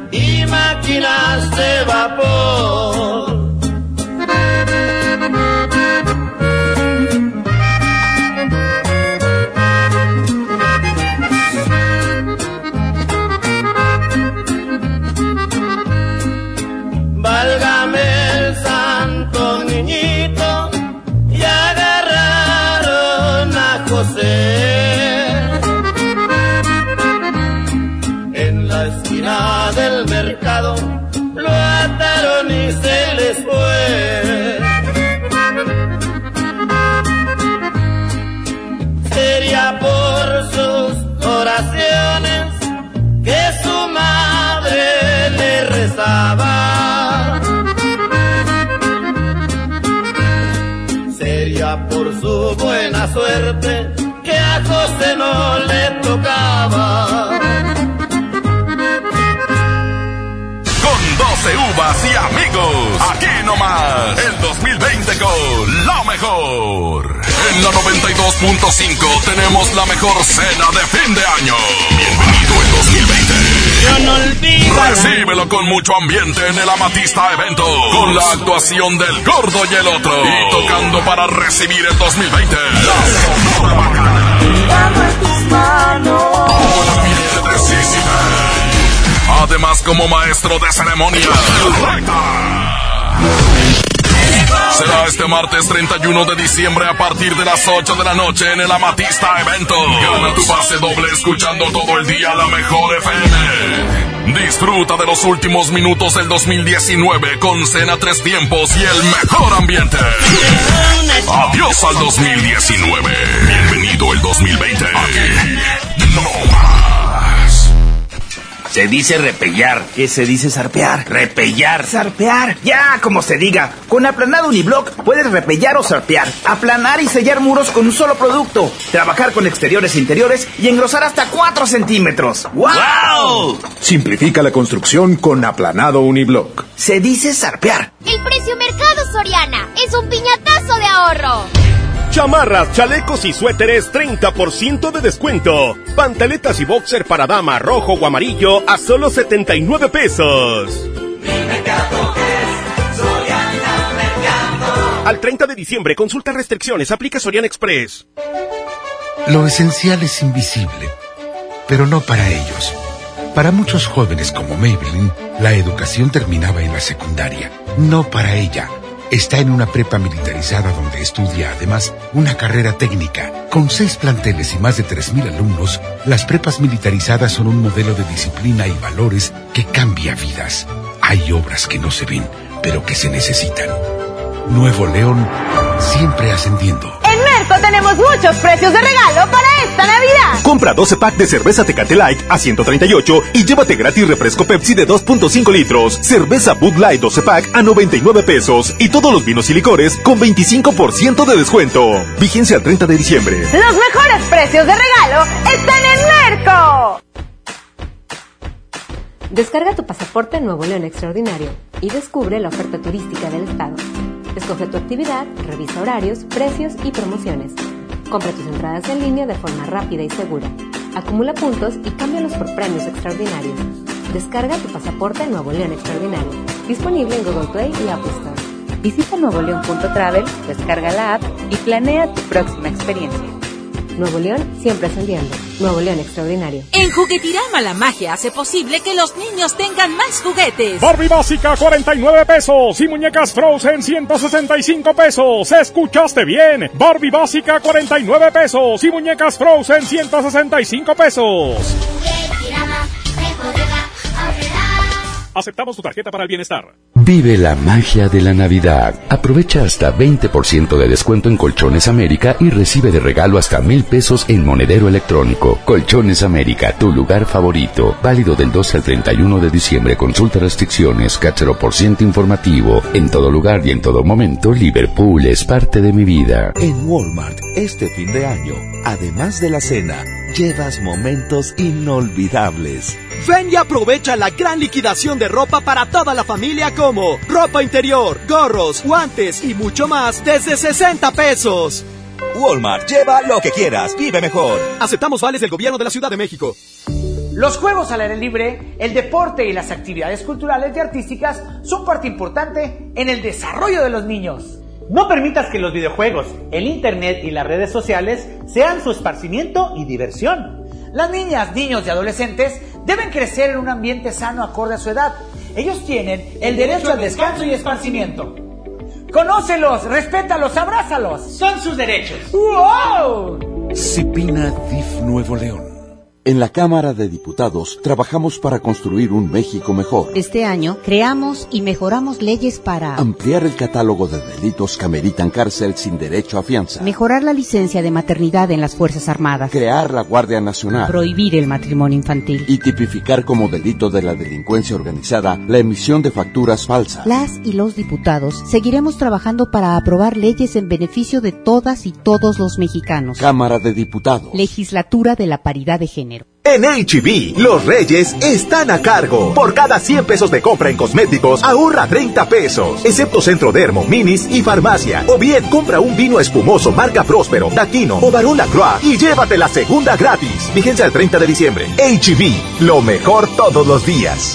y máquinas de vapor. Válgame el santo niñito, y agarraron a José en la esquina del mercado, lo ataron y se les fue. Sería por sus oraciones que su madre le rezaba, sería por su buena suerte que a José no le tocaba. Con 12 uvas y amigos, aquí nomás, el 2020 con lo mejor. En la 92.5 tenemos la mejor cena de fin de año. Bienvenido el 2020. Yo no olvido. Recíbelo con mucho ambiente en el Amatista Evento, con la actuación del Gordo y el Otro, y tocando para recibir el 2020. La Sonora Bacana. Un ambiente de Sisi. Además, como maestro de ceremonia, será este martes 31 de diciembre a partir de las 8 de la noche en el Amatista Evento. Gana tu pase doble escuchando todo el día la mejor FM. Disfruta de los últimos minutos del 2019 con cena 3 tiempos y el mejor ambiente. Adiós al 2019. Bienvenido el 2020. Aquí no más. Se dice repellar. ¿Qué se dice zarpear? Repellar. Zarpear. Ya, como se diga. Con Aplanado Uniblock puedes repellar o zarpear. Aplanar y sellar muros con un solo producto. Trabajar con exteriores e interiores y engrosar hasta 4 centímetros. ¡Wow! Simplifica la construcción con Aplanado Uniblock. Se dice zarpear. El precio Mercado Soriana es un piñatazo de ahorro. Chamarras, chalecos y suéteres 30% de descuento. Pantaletas y boxer para dama rojo o amarillo a solo 79 pesos. Mi mercado es Soriana Mercado. Al 30 de diciembre, consulta restricciones, aplica Soriana Express. Lo esencial es invisible, pero no para ellos. Para muchos jóvenes como Maybelline, la educación terminaba en la secundaria. No para ella. Está en una prepa militarizada donde estudia además una carrera técnica. Con 6 planteles y más de 3,000 alumnos, las prepas militarizadas son un modelo de disciplina y valores que cambia vidas. Hay obras que no se ven, pero que se necesitan. Nuevo León, siempre ascendiendo. En Merco tenemos muchos precios de regalo para esta Navidad. Compra 12 pack de cerveza Tecate Light a 138 y llévate gratis refresco Pepsi de 2.5 litros. Cerveza Bud Light 12 pack a 99 pesos. Y todos los vinos y licores con 25% de descuento. Vigencia al 30 de diciembre. Los mejores precios de regalo están en Merco. Descarga tu pasaporte Nuevo León Extraordinario y descubre la oferta turística del estado. Escoge tu actividad, revisa horarios, precios y promociones. Compra tus entradas en línea de forma rápida y segura. Acumula puntos y cámbialos por premios extraordinarios. Descarga tu pasaporte Nuevo León Extraordinario. Disponible en Google Play y Apple Store. Visita nuevoleón.travel, descarga la app y planea tu próxima experiencia. Nuevo León siempre ascendiendo. Nuevo León Extraordinario. En Juguetirama la magia hace posible que los niños tengan más juguetes. Barbie básica 49 pesos y muñecas Frozen 165 pesos. ¿Escuchaste bien? Barbie básica 49 pesos y muñecas Frozen 165 pesos. Juguetirama, Aceptamos tu tarjeta para el bienestar. Vive la magia de la Navidad. Aprovecha hasta 20% de descuento en Colchones América y recibe de regalo hasta 1,000 pesos en monedero electrónico. Colchones América, tu lugar favorito. Válido del 12 al 31 de diciembre. Consulta restricciones, CAT 0% informativo. En todo lugar y en todo momento, Liverpool es parte de mi vida. En Walmart, este fin de año, además de la cena, llevas momentos inolvidables. Ven y aprovecha la gran liquidación de ropa para toda la familia como ropa interior, gorros, guantes y mucho más desde 60 pesos. Walmart, lleva lo que quieras, vive mejor. Aceptamos vales del gobierno de la Ciudad de México. Los juegos al aire libre, el deporte y las actividades culturales y artísticas son parte importante en el desarrollo de los niños. No permitas que los videojuegos, el internet y las redes sociales sean su esparcimiento y diversión. Las niñas, niños y adolescentes deben crecer en un ambiente sano acorde a su edad. Ellos tienen el derecho al descanso y esparcimiento. Conócelos, respétalos, abrázalos. Son sus derechos. ¡Wow! Cipina DIF Nuevo León. En la Cámara de Diputados trabajamos para construir un México mejor. Este año creamos y mejoramos leyes para ampliar el catálogo de delitos que ameritan cárcel sin derecho a fianza, mejorar la licencia de maternidad en las Fuerzas Armadas, crear la Guardia Nacional, prohibir el matrimonio infantil y tipificar como delito de la delincuencia organizada la emisión de facturas falsas. Las y los diputados seguiremos trabajando para aprobar leyes en beneficio de todas y todos los mexicanos. Cámara de Diputados. Legislatura de la Paridad de Género. En H-E-B, los Reyes están a cargo. Por cada 100 pesos de compra en cosméticos, ahorra 30 pesos. Excepto Centro Dermo, Minis y Farmacia. O bien, compra un vino espumoso marca Próspero, Daquino o Barón Lacroix y llévate la segunda gratis. Vigencia el 30 de diciembre. H-E-B, lo mejor todos los días.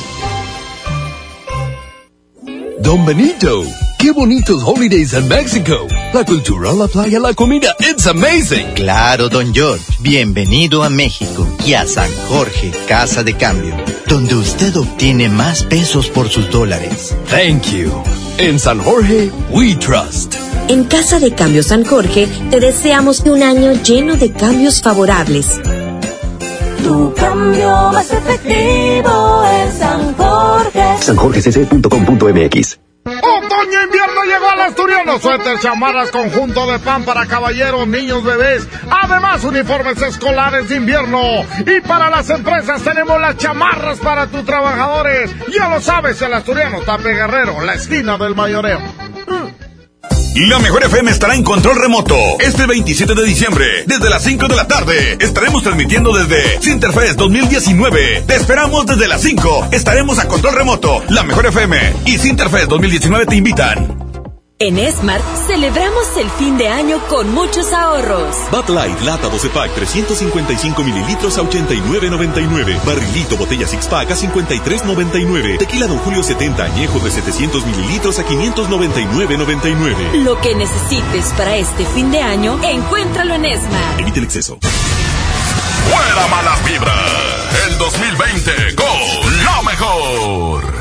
Don Benito, qué bonitos holidays en México. La cultura, la playa, la comida, it's amazing. Claro, Don George, bienvenido a México y a San Jorge, Casa de Cambio, donde usted obtiene más pesos por sus dólares. Thank you. En San Jorge, we trust. En Casa de Cambio San Jorge, te deseamos un año lleno de cambios favorables. Tu cambio más efectivo es San Jorge. sanjorgecc.com.mx. Otoño invierno llegó al Asturiano. Suéter, chamarras, conjunto de pan para caballeros, niños, bebés. Además, uniformes escolares de invierno. Y para las empresas tenemos las chamarras para tus trabajadores. Ya lo sabes, el Asturiano, Tape Guerrero, la esquina del Mayoreo. La Mejor FM estará en control remoto este 27 de diciembre, desde las 5 de la tarde. Estaremos transmitiendo desde Sinterfest 2019. Te esperamos desde las 5. Estaremos a control remoto. La Mejor FM y Sinterfest 2019 te invitan. En Smart celebramos el fin de año con muchos ahorros. Bud Light, lata 12 pack, 355 mililitros a 89.99. Barrilito, botella six pack a 53.99. Tequila Don Julio 70 añejo de 700 mililitros a 599.99. Lo que necesites para este fin de año, encuéntralo en Smart. Evite el exceso. ¡Fuera malas vibras! El 2020 con lo mejor.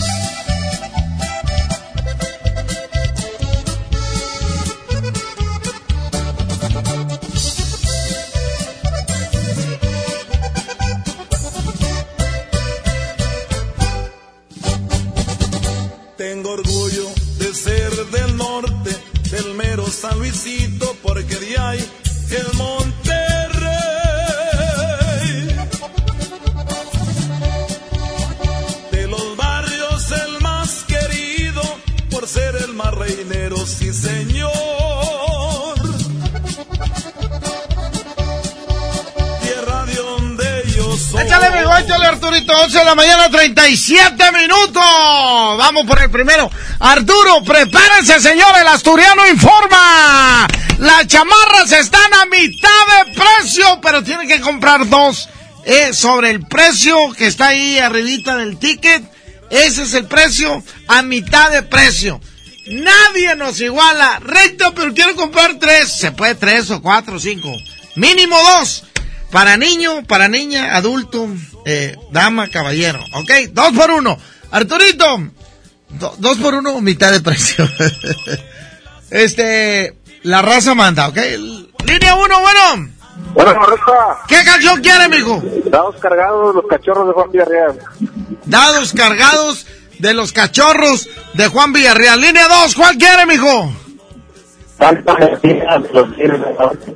Tengo orgullo de ser del norte, del mero San Luisito, porque de ahí el Monterrey. De los barrios el más querido, por ser el más reinero, sí señor. Tierra de donde yo soy. Échale, amigo, échale, Arturito. 11 de la mañana, 37 minutos. Vamos por el primero. Arturo, prepárense, señor. El Asturiano informa. Las chamarras están a mitad de precio, pero tienen que comprar dos. Sobre el precio que está ahí arribita del ticket. Ese es el precio a mitad de precio. Nadie nos iguala. Recta, pero quiero comprar tres. Se puede 3 o 4 o 5. Mínimo 2. Para niño, para niña, adulto, dama, caballero. ¿Ok? 2 por 1. Arturito, 2 por 1, mitad de precio. La raza manda, ¿ok? Línea 1, bueno. Bueno, Raza. ¿Qué canción quiere, mijo? Dados cargados los cachorros de Juan Villarreal. Dados cargados de los cachorros de Juan Villarreal. Línea 2, ¿cuál quiere, mijo? Tantas mentiras de los Tigres del Norte.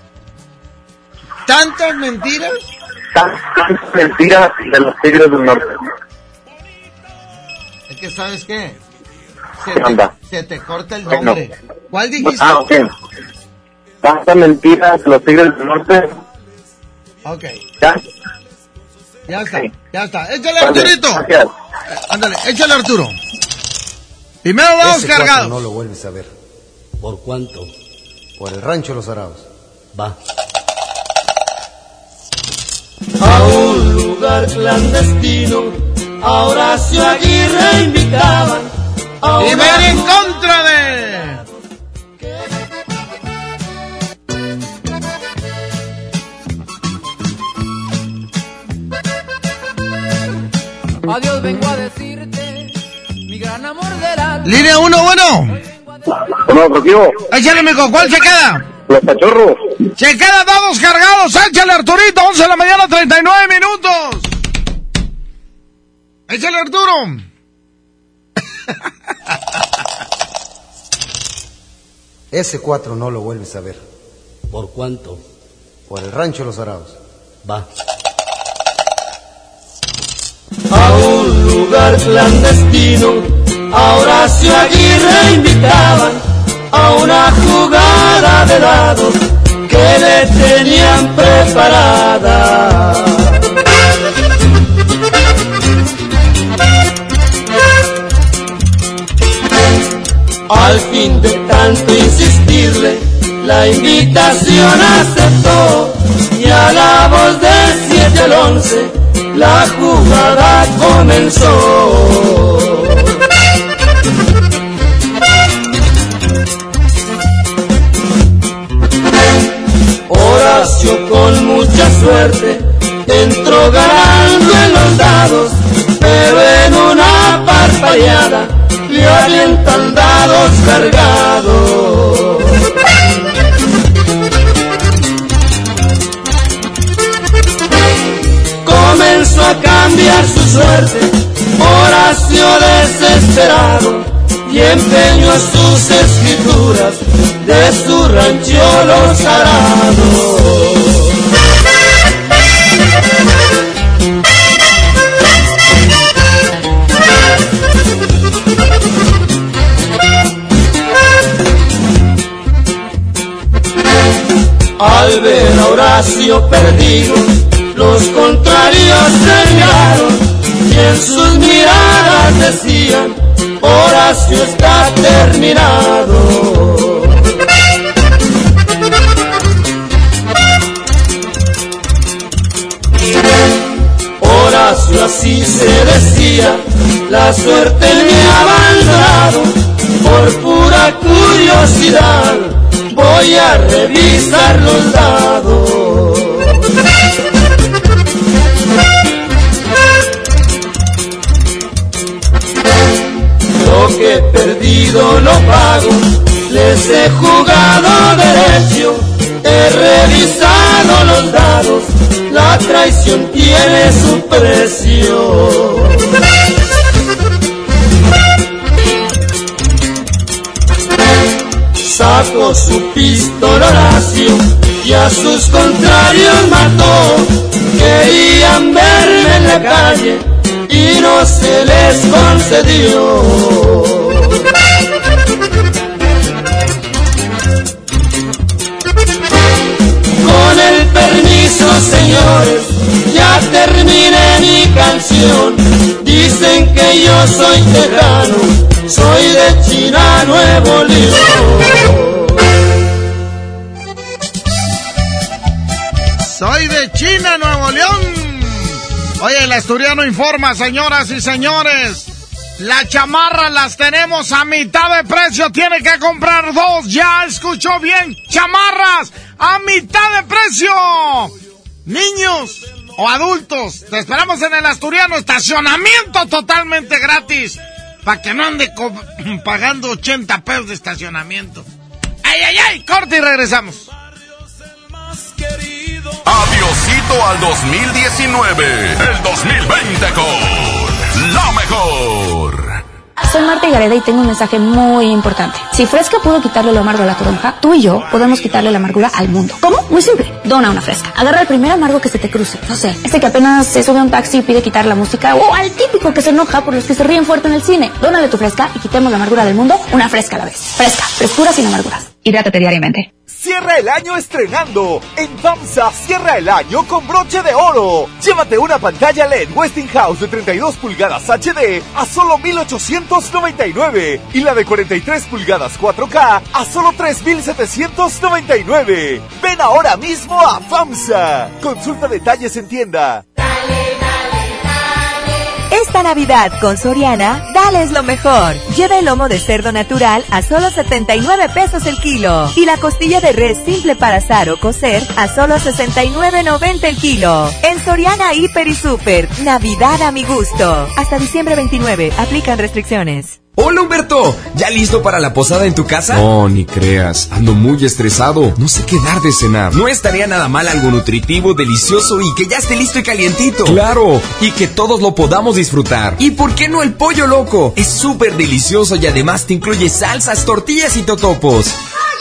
¿Tantas mentiras? Tantas mentiras de los Tigres del Norte. Es que, ¿sabes qué? Se te corta el Bueno. nombre. ¿Cuál dijiste? Ok. Tantas mentiras de los Tigres del Norte. Ok. ¿Ya? Ya está, ya está. Échale, Arturito. Ándale, échale, Arturo. Primero dados cargados. No lo vuelves a ver. ¿Por cuánto? Por el rancho Los Araos. Va. A un lugar lugar clandestino a Horacio Aguirre invitaban a y ver en contra de... Adiós vengo a decirte, mi gran amor de la... Línea 1, bueno. Bueno, Rocío. Échale, mijo, ¿cuál se queda? Los cachorros. Se queda dados cargados, échale, Arturito, 11 de la mañana, 39 minutos. Échale, Arturo. Ese 4 no lo vuelves a ver. ¿Por cuánto? Por el rancho Los Araos. Va. A un lugar clandestino a Horacio Aguirre invitaban a una jugada de dados que le tenían preparada. Al fin de tanto insistirle, la invitación aceptó y a la voz de 7 al 11 la jugada comenzó. Horacio con mucha suerte entró ganando en los dados, pero en una parpadeada le avientan dados cargados. Comenzó a cambiar su suerte, Horacio desesperado, y empeñó sus escrituras de su rancho Los Arados. Al ver a Horacio perdido, los contrarios se miraron y en sus miradas decían: Horacio está terminado. Horacio así se decía: la suerte me ha abandonado, por pura curiosidad voy a revisar los dados. Lo que he perdido lo pago, les he jugado derecho, he revisado los dados, la traición tiene su precio. Sacó su pistola Horacio y a sus contrarios mató. Querían verme en la calle y no se les concedió. Con el permiso, señores, ya terminé mi canción. Dicen que yo soy tejano, soy de China, Nuevo León. Soy de China, Nuevo León. Oye, el Asturiano informa, señoras y señores. Las chamarras las tenemos a mitad de precio. Tiene que comprar 2. Ya escuchó bien. Chamarras a mitad de precio. Niños o adultos, te esperamos en el Asturiano. Estacionamiento totalmente gratis, para que no ande pagando 80 pesos de estacionamiento. ¡Ay, ay, ay! Corte y regresamos. Adiosito al 2019. El 2020 con la mejor. Soy Marta Gareda y tengo un mensaje muy importante. Si Fresca pudo quitarle lo amargo a la toronja, tú y yo podemos quitarle la amargura al mundo. ¿Cómo? Muy simple. Dona una Fresca. Agarra el primer amargo que se te cruce. No sé, ese que apenas se sube a un taxi y pide quitar la música, o al típico que se enoja por los que se ríen fuerte en el cine. Dónale tu Fresca y quitemos la amargura del mundo una Fresca a la vez. Fresca. Frescura sin amarguras. Hidrátate diariamente. Cierra el año estrenando. En FAMSA cierra el año con broche de oro. Llévate una pantalla LED Westinghouse de 32 pulgadas HD a solo $1,899 y la de 43 pulgadas 4K a solo $3,799. Ven ahora mismo a FAMSA. Consulta detalles en tienda. Dale, dale. Esta Navidad con Soriana, dales lo mejor. Lleva el lomo de cerdo natural a solo 79 pesos el kilo. Y la costilla de res simple para asar o cocer a solo 69.90 el kilo. En Soriana, Hiper y Super, Navidad a mi gusto. Hasta diciembre 29, aplican restricciones. Hola Humberto, ¿ya listo para la posada en tu casa? No, ni creas, ando muy estresado, no sé qué dar de cenar. No estaría nada mal algo nutritivo, delicioso y que ya esté listo y calientito. Claro, y que todos lo podamos disfrutar. ¿Y por qué no el pollo loco? Es súper delicioso y además te incluye salsas, tortillas y totopos.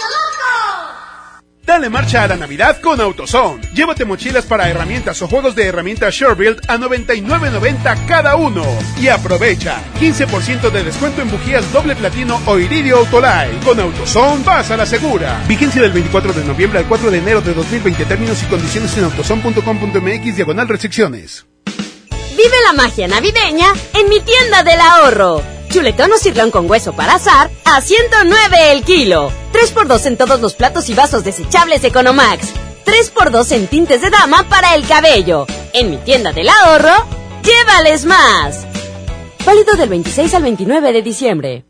Dale marcha a la Navidad con AutoZone. Llévate mochilas para herramientas o juegos de herramientas SureBuild a $99.90 cada uno. Y aprovecha 15% de descuento en bujías doble platino o iridio Autolite. Con AutoZone vas a la segura. Vigencia del 24 de noviembre al 4 de enero de 2020. Términos y condiciones en autozone.com.mx/restricciones. Vive la magia navideña en mi tienda del ahorro. Chuletón o cirlón con hueso para asar a 109 el kilo. 3x2 en todos los platos y vasos desechables de Economax. 3x2 en tintes de dama para el cabello. En mi tienda del ahorro, llévales más. Válido del 26 al 29 de diciembre.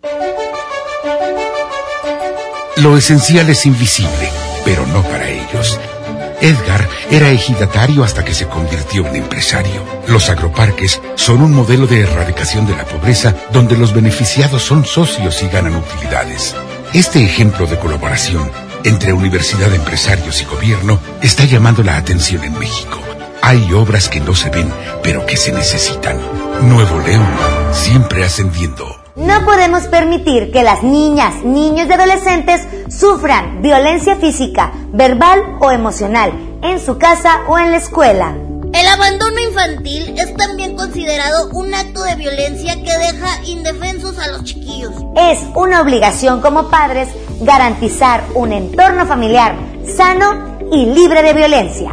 Lo esencial es invisible, pero no para ellos. Edgar era ejidatario hasta que se convirtió en empresario. Los agroparques son un modelo de erradicación de la pobreza donde los beneficiados son socios y ganan utilidades. Este ejemplo de colaboración entre universidad, empresarios y gobierno está llamando la atención en México. Hay obras que no se ven, pero que se necesitan. Nuevo León, siempre ascendiendo. No podemos permitir que las niñas, niños y adolescentes sufran violencia física, verbal o emocional en su casa o en la escuela. El abandono infantil es también considerado un acto de violencia que deja indefensos a los chiquillos. Es una obligación como padres garantizar un entorno familiar sano y libre de violencia.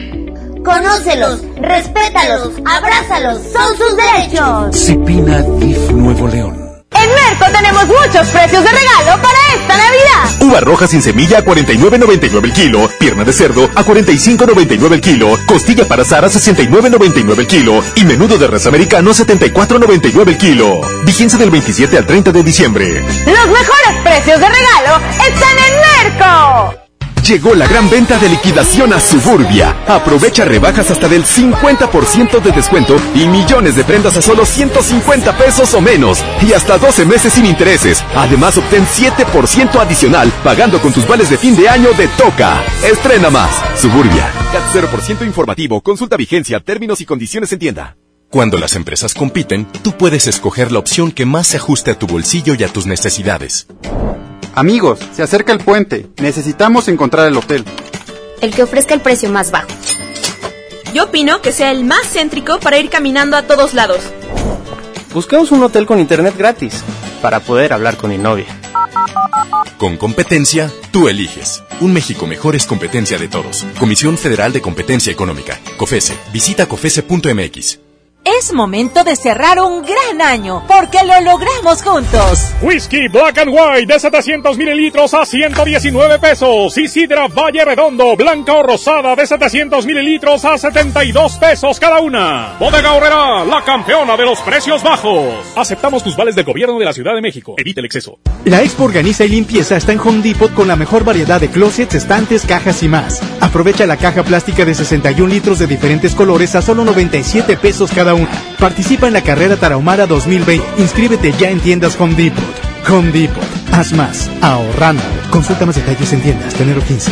Conócelos, respétalos, abrázalos, son sus derechos. Cepina DIF Nuevo León. En Merco tenemos muchos precios de regalo para esta Navidad. Uva roja sin semilla a $49.99 el kilo, pierna de cerdo a $45.99 el kilo, costilla para asar a $69.99 el kilo y menudo de res americano a $74.99 el kilo. Vigencia del 27 al 30 de diciembre. Los mejores precios de regalo están en Merco. Llegó la gran venta de liquidación a Suburbia. Aprovecha rebajas hasta del 50% de descuento y millones de prendas a solo 150 pesos o menos. Y hasta 12 meses sin intereses. Además, obtén 7% adicional pagando con tus vales de fin de año de Toca. Estrena más. Suburbia. CAT 0% informativo. Consulta vigencia, términos y condiciones en tienda. Cuando las empresas compiten, tú puedes escoger la opción que más se ajuste a tu bolsillo y a tus necesidades. Amigos, se acerca el puente. Necesitamos encontrar el hotel. El que ofrezca el precio más bajo. Yo opino que sea el más céntrico para ir caminando a todos lados. Buscamos un hotel con internet gratis para poder hablar con mi novia. Con competencia, tú eliges. Un México mejor es competencia de todos. Comisión Federal de Competencia Económica. COFESE. Visita COFESE.mx. Es momento de cerrar un gran año, porque lo logramos juntos. Whisky Black and White de 700 mililitros a 119 pesos. Y sidra Valle Redondo, blanca o rosada de 700 mililitros a 72 pesos cada una. Bodega Aurrera, la campeona de los precios bajos. Aceptamos tus vales del gobierno de la Ciudad de México. Evita el exceso. La Expo Organiza y Limpieza está en Home Depot con la mejor variedad de closets, estantes, cajas y más. Aprovecha la caja plástica de 61 litros de diferentes colores a solo 97 pesos cada una. Participa en la carrera Tarahumara 2020. Inscríbete ya en tiendas Home Depot. Home Depot. Haz más. Ahorrando. Consulta más detalles en tiendas. Enero 15.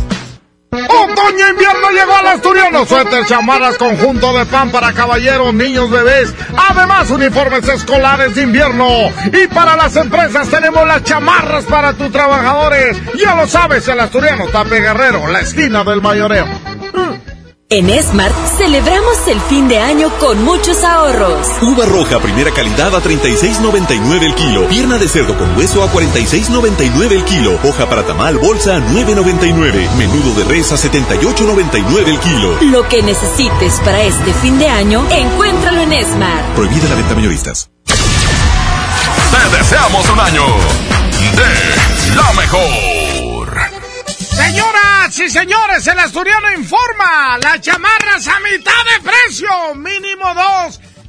Otoño invierno llegó al Asturiano. Suéter, chamarras, conjunto de pan para caballeros, niños, bebés. Además, uniformes escolares de invierno. Y para las empresas tenemos las chamarras para tus trabajadores. Ya lo sabes, el Asturiano Tape Guerrero, la esquina del mayoreo. En Esmart celebramos el fin de año con muchos ahorros. Uva roja primera calidad a $36.99 el kilo. Pierna de cerdo con hueso a $46.99 el kilo. Hoja para tamal bolsa a $9.99. Menudo de res a $78.99 el kilo. Lo que necesites para este fin de año, encuéntralo en Esmart. Prohibida la venta mayoristas. Te deseamos un año de la mejor. Señoras y señores, el Asturiano informa. Las chamarras a mitad de precio. Mínimo 2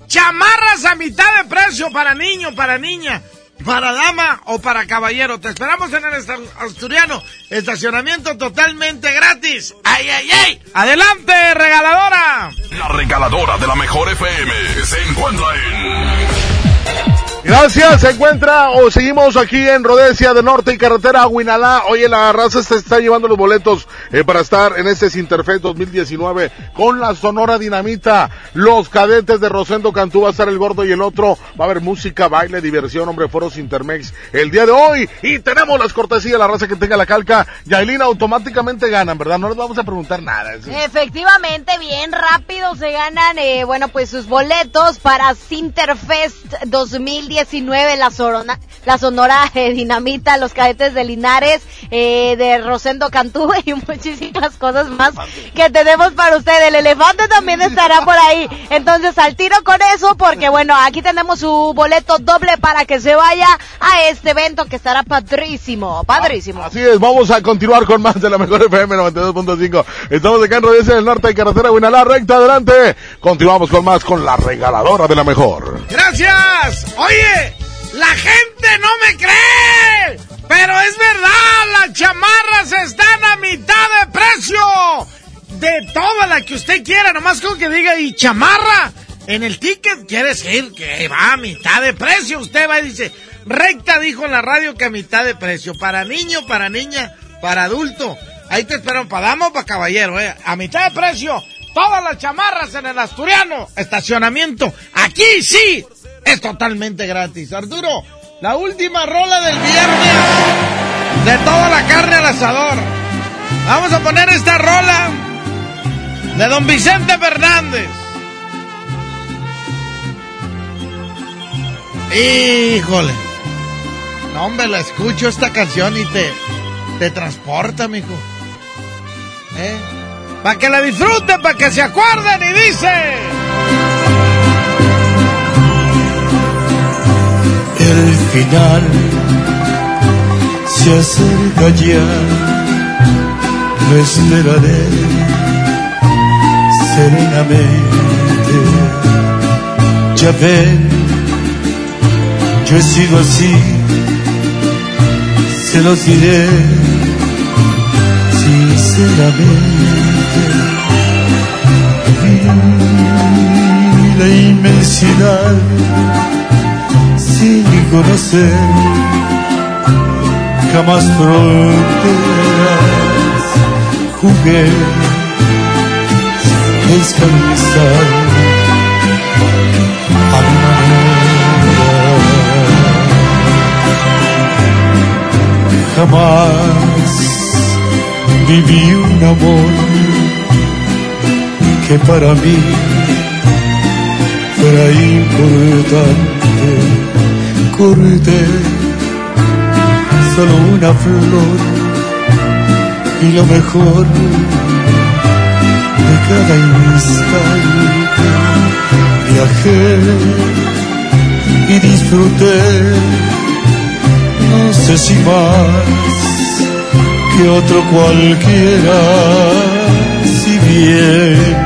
chamarras a mitad de precio para niño, para niña, para dama o para caballero. Te esperamos en el Asturiano. Estacionamiento totalmente gratis. ¡Ay, ay, ay! ¡Adelante, regaladora! La regaladora de la mejor FM se encuentra en... Gracias, se encuentra o seguimos aquí en Rodesia de Norte y Carretera a Huinalá. Oye, la raza se está llevando los boletos para estar en este Sinterfest 2019 con la Sonora Dinamita. Los cadetes de Rosendo Cantú, va a estar el gordo y el otro. Va a haber música, baile, diversión, hombre, foros Intermex el día de hoy. Y tenemos las cortesías, la raza que tenga la calca. Yailina, automáticamente ganan, ¿verdad? No les vamos a preguntar nada. Efectivamente, bien rápido se ganan, pues sus boletos para Sinterfest 2019, la Sonora Dinamita, los cadetes de Linares, de Rosendo Cantú y muchísimas cosas más que tenemos para usted. El elefante también estará por ahí. Entonces, al tiro con eso, porque aquí tenemos su boleto doble para que se vaya a este evento que estará padrísimo, padrísimo. Así es, vamos a continuar con más de la mejor FM 92.5. Estamos acá en Rodesia del Norte y Carretera Huinalá, recta adelante. Continuamos con más con la regaladora de la mejor. ¡Gracias! Oye, la gente no me cree, pero es verdad, las chamarras están a mitad de precio. De toda la que usted quiera, nomás con que diga y chamarra en el ticket, quiere decir que va a mitad de precio. Usted va y dice, recta dijo en la radio que a mitad de precio, para niño, para niña, para adulto. Ahí te esperan para dama o para caballero, a mitad de precio. Todas las chamarras en el Asturiano. Estacionamiento, aquí sí, es totalmente gratis. Arturo, la última rola del viernes de toda la carne al asador. Vamos a poner esta rola de don Vicente Fernández. Híjole. No, hombre, la escucho esta canción y te transporta, mijo. Para que la disfruten, para que se acuerden, y dice... El final se acerca ya, lo esperaré serenamente. Ya ven, yo he sido así, se los diré sinceramente. Vi la inmensidad sin conocer jamás fronteras, jugué descansar a mi manera. Jamás viví un amor que para mí fuera importante. Corté solo una flor y lo mejor de cada instante. Viajé y disfruté, no sé si más que otro cualquiera, si bien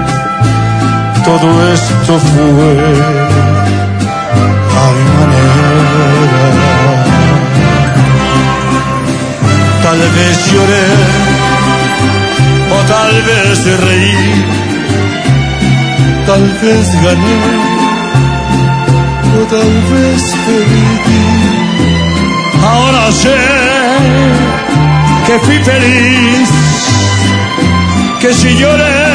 todo esto fue a mi manera. Tal vez lloré o tal vez reí, tal vez gané o tal vez perdí. Ahora sé que fui feliz, que si lloré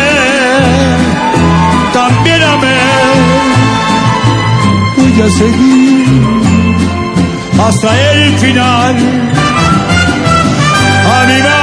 también amé. Voy a seguir hasta el final a mi manera.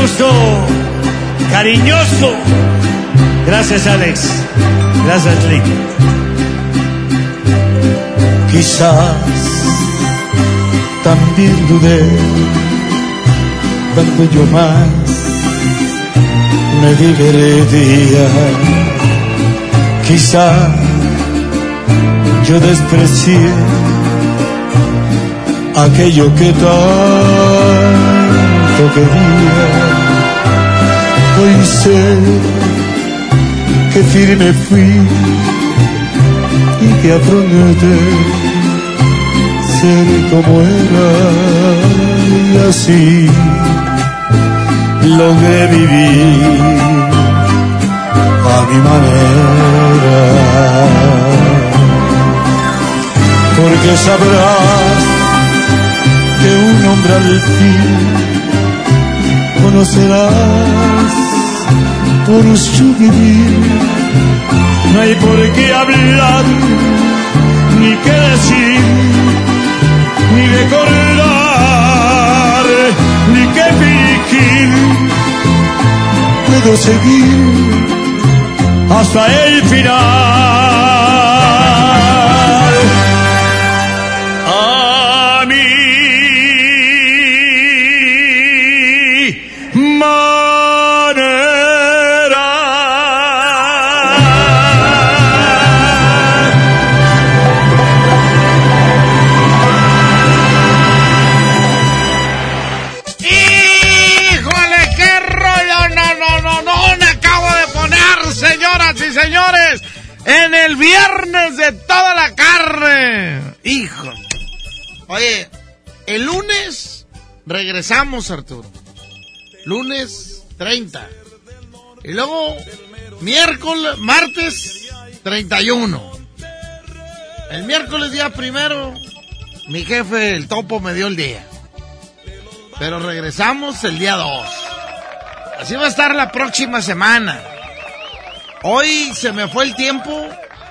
aplauso cariñoso. Gracias, Alex. Gracias, Lick. Quizás también dudé cuando yo más me divertía. Quizás yo desprecié aquello que tanto quería. Hoy sé que firme fui y que afronté ser como era, y así logré vivir a mi manera. Porque sabrás que un hombre al fin conocerás por su vivir. No hay por qué hablar, ni qué decir, ni recordar, ni qué fingir. Puedo seguir hasta el final. A mi señores, en el viernes de toda la carne. Hijo. Oye, el lunes regresamos, Arturo. Lunes 30. Y luego martes 31. El miércoles día primero, mi jefe, el Topo, me dio el día. Pero regresamos el día 2. Así va a estar la próxima semana. Hoy se me fue el tiempo,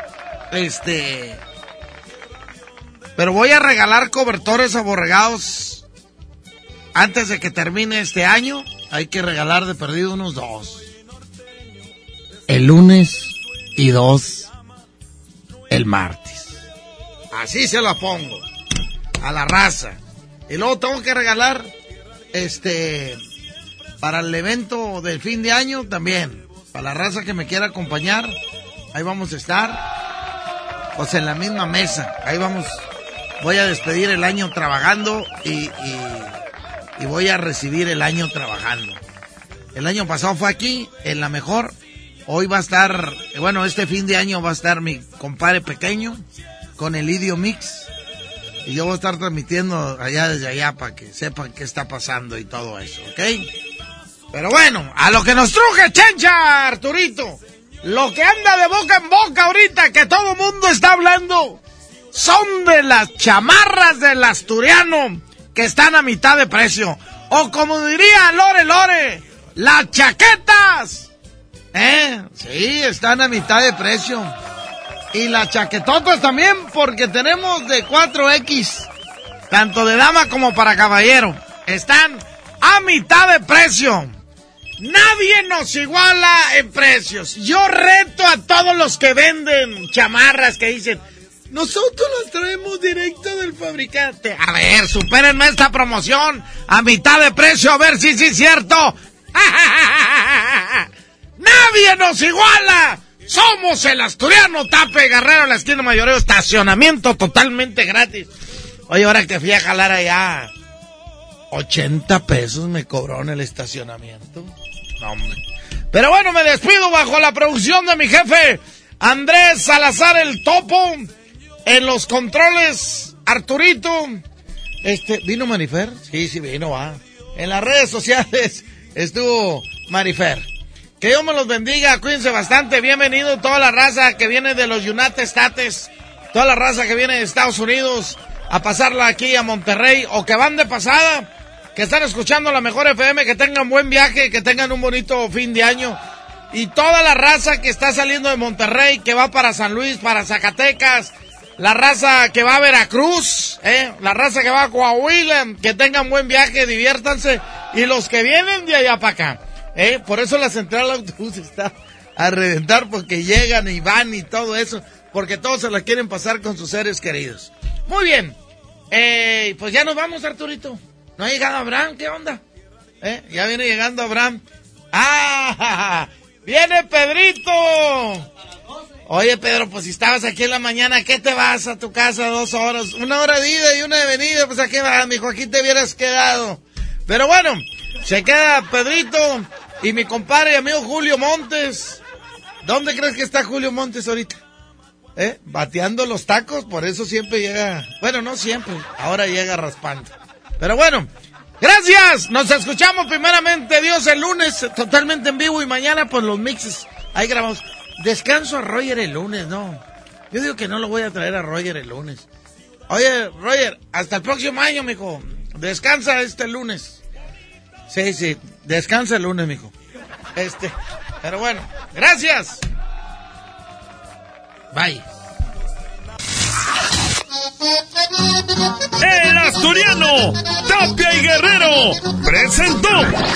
pero voy a regalar cobertores aborregados antes de que termine este año. Hay que regalar de perdido unos 2. El lunes y 2 el martes. Así se la pongo a la raza. Y luego tengo que regalar, para el evento del fin de año también. Para la raza que me quiera acompañar, ahí vamos a estar, pues en la misma mesa. Ahí vamos, voy a despedir el año trabajando y voy a recibir el año trabajando. El año pasado fue aquí, en La Mejor. Hoy va a estar, bueno, este fin de año va a estar mi compadre pequeño con el Idio Mix. Y yo voy a estar transmitiendo allá desde allá para que sepan qué está pasando y todo eso, ¿ok? Pero bueno, a lo que nos truje, Chencha, Arturito. Lo que anda de boca en boca ahorita, que todo mundo está hablando, son de las chamarras del asturiano que están a mitad de precio. O como diría Lore, las chaquetas. Sí, están a mitad de precio. Y las chaquetotas también, porque tenemos de 4X, tanto de dama como para caballero. Están a mitad de precio. Nadie nos iguala en precios. Yo reto a todos los que venden chamarras que dicen, nosotros las traemos directo del fabricante. A ver, supérenme esta promoción a mitad de precio, a ver si es cierto. Nadie nos iguala. Somos el asturiano Tape Guerrero, la esquina Mayoreo, estacionamiento totalmente gratis. Oye, ahora que fui a jalar allá, 80 pesos me cobró en el estacionamiento. No, hombre. Pero bueno, me despido bajo la producción de mi jefe, Andrés Salazar el Topo. En los controles, Arturito. ¿Vino Marifer? Sí, vino, va. En las redes sociales estuvo Marifer. Que Dios me los bendiga, cuídense bastante. Bienvenido toda la raza que viene de los United States, toda la raza que viene de Estados Unidos a pasarla aquí a Monterrey, o que van de pasada, que están escuchando la Mejor FM, que tengan buen viaje, que tengan un bonito fin de año. Y toda la raza que está saliendo de Monterrey, que va para San Luis, para Zacatecas, la raza que va a Veracruz, la raza que va a Coahuila, que tengan buen viaje, diviértanse. y los que vienen de allá para acá. Por eso la central de autobús está a reventar, porque llegan y van y todo eso, porque todos se la quieren pasar con sus seres queridos. Muy bien, pues ya nos vamos, Arturito. ¿No ha llegado Abraham? ¿Qué onda? Ya viene llegando Abraham. ¡Ah! ¡Viene Pedrito! Oye, Pedro, pues si estabas aquí en la mañana, ¿qué te vas a tu casa 2 horas? 1 hora de ida y 1 de venida, pues ¿a qué vas, mijo? Aquí te hubieras quedado. Pero bueno, se queda Pedrito y mi compadre y amigo Julio Montes. ¿Dónde crees que está Julio Montes ahorita? Bateando los tacos, por eso siempre llega... Bueno, no siempre, ahora llega raspando. Pero bueno, gracias. Nos escuchamos primeramente Dios el lunes, totalmente en vivo, y mañana pues los mixes. Ahí grabamos. Descanso a Roger el lunes, ¿no? Yo digo que no lo voy a traer a Roger el lunes. Oye, Roger, hasta el próximo año, mijo. Descansa este lunes. Sí, descansa el lunes, mijo. Pero bueno, gracias. Bye. El asturiano Tapia y Guerrero presentó.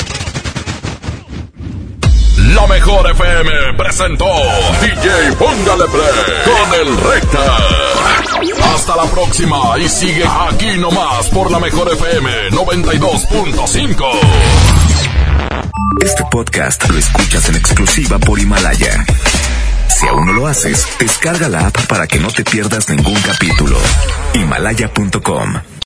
La Mejor FM presentó DJ Póngale Play con el Recta. Hasta la próxima y sigue aquí nomás por La Mejor FM 92.5. Este podcast lo escuchas en exclusiva por Himalaya. Si aún no lo haces, descarga la app para que no te pierdas ningún capítulo. Himalaya.com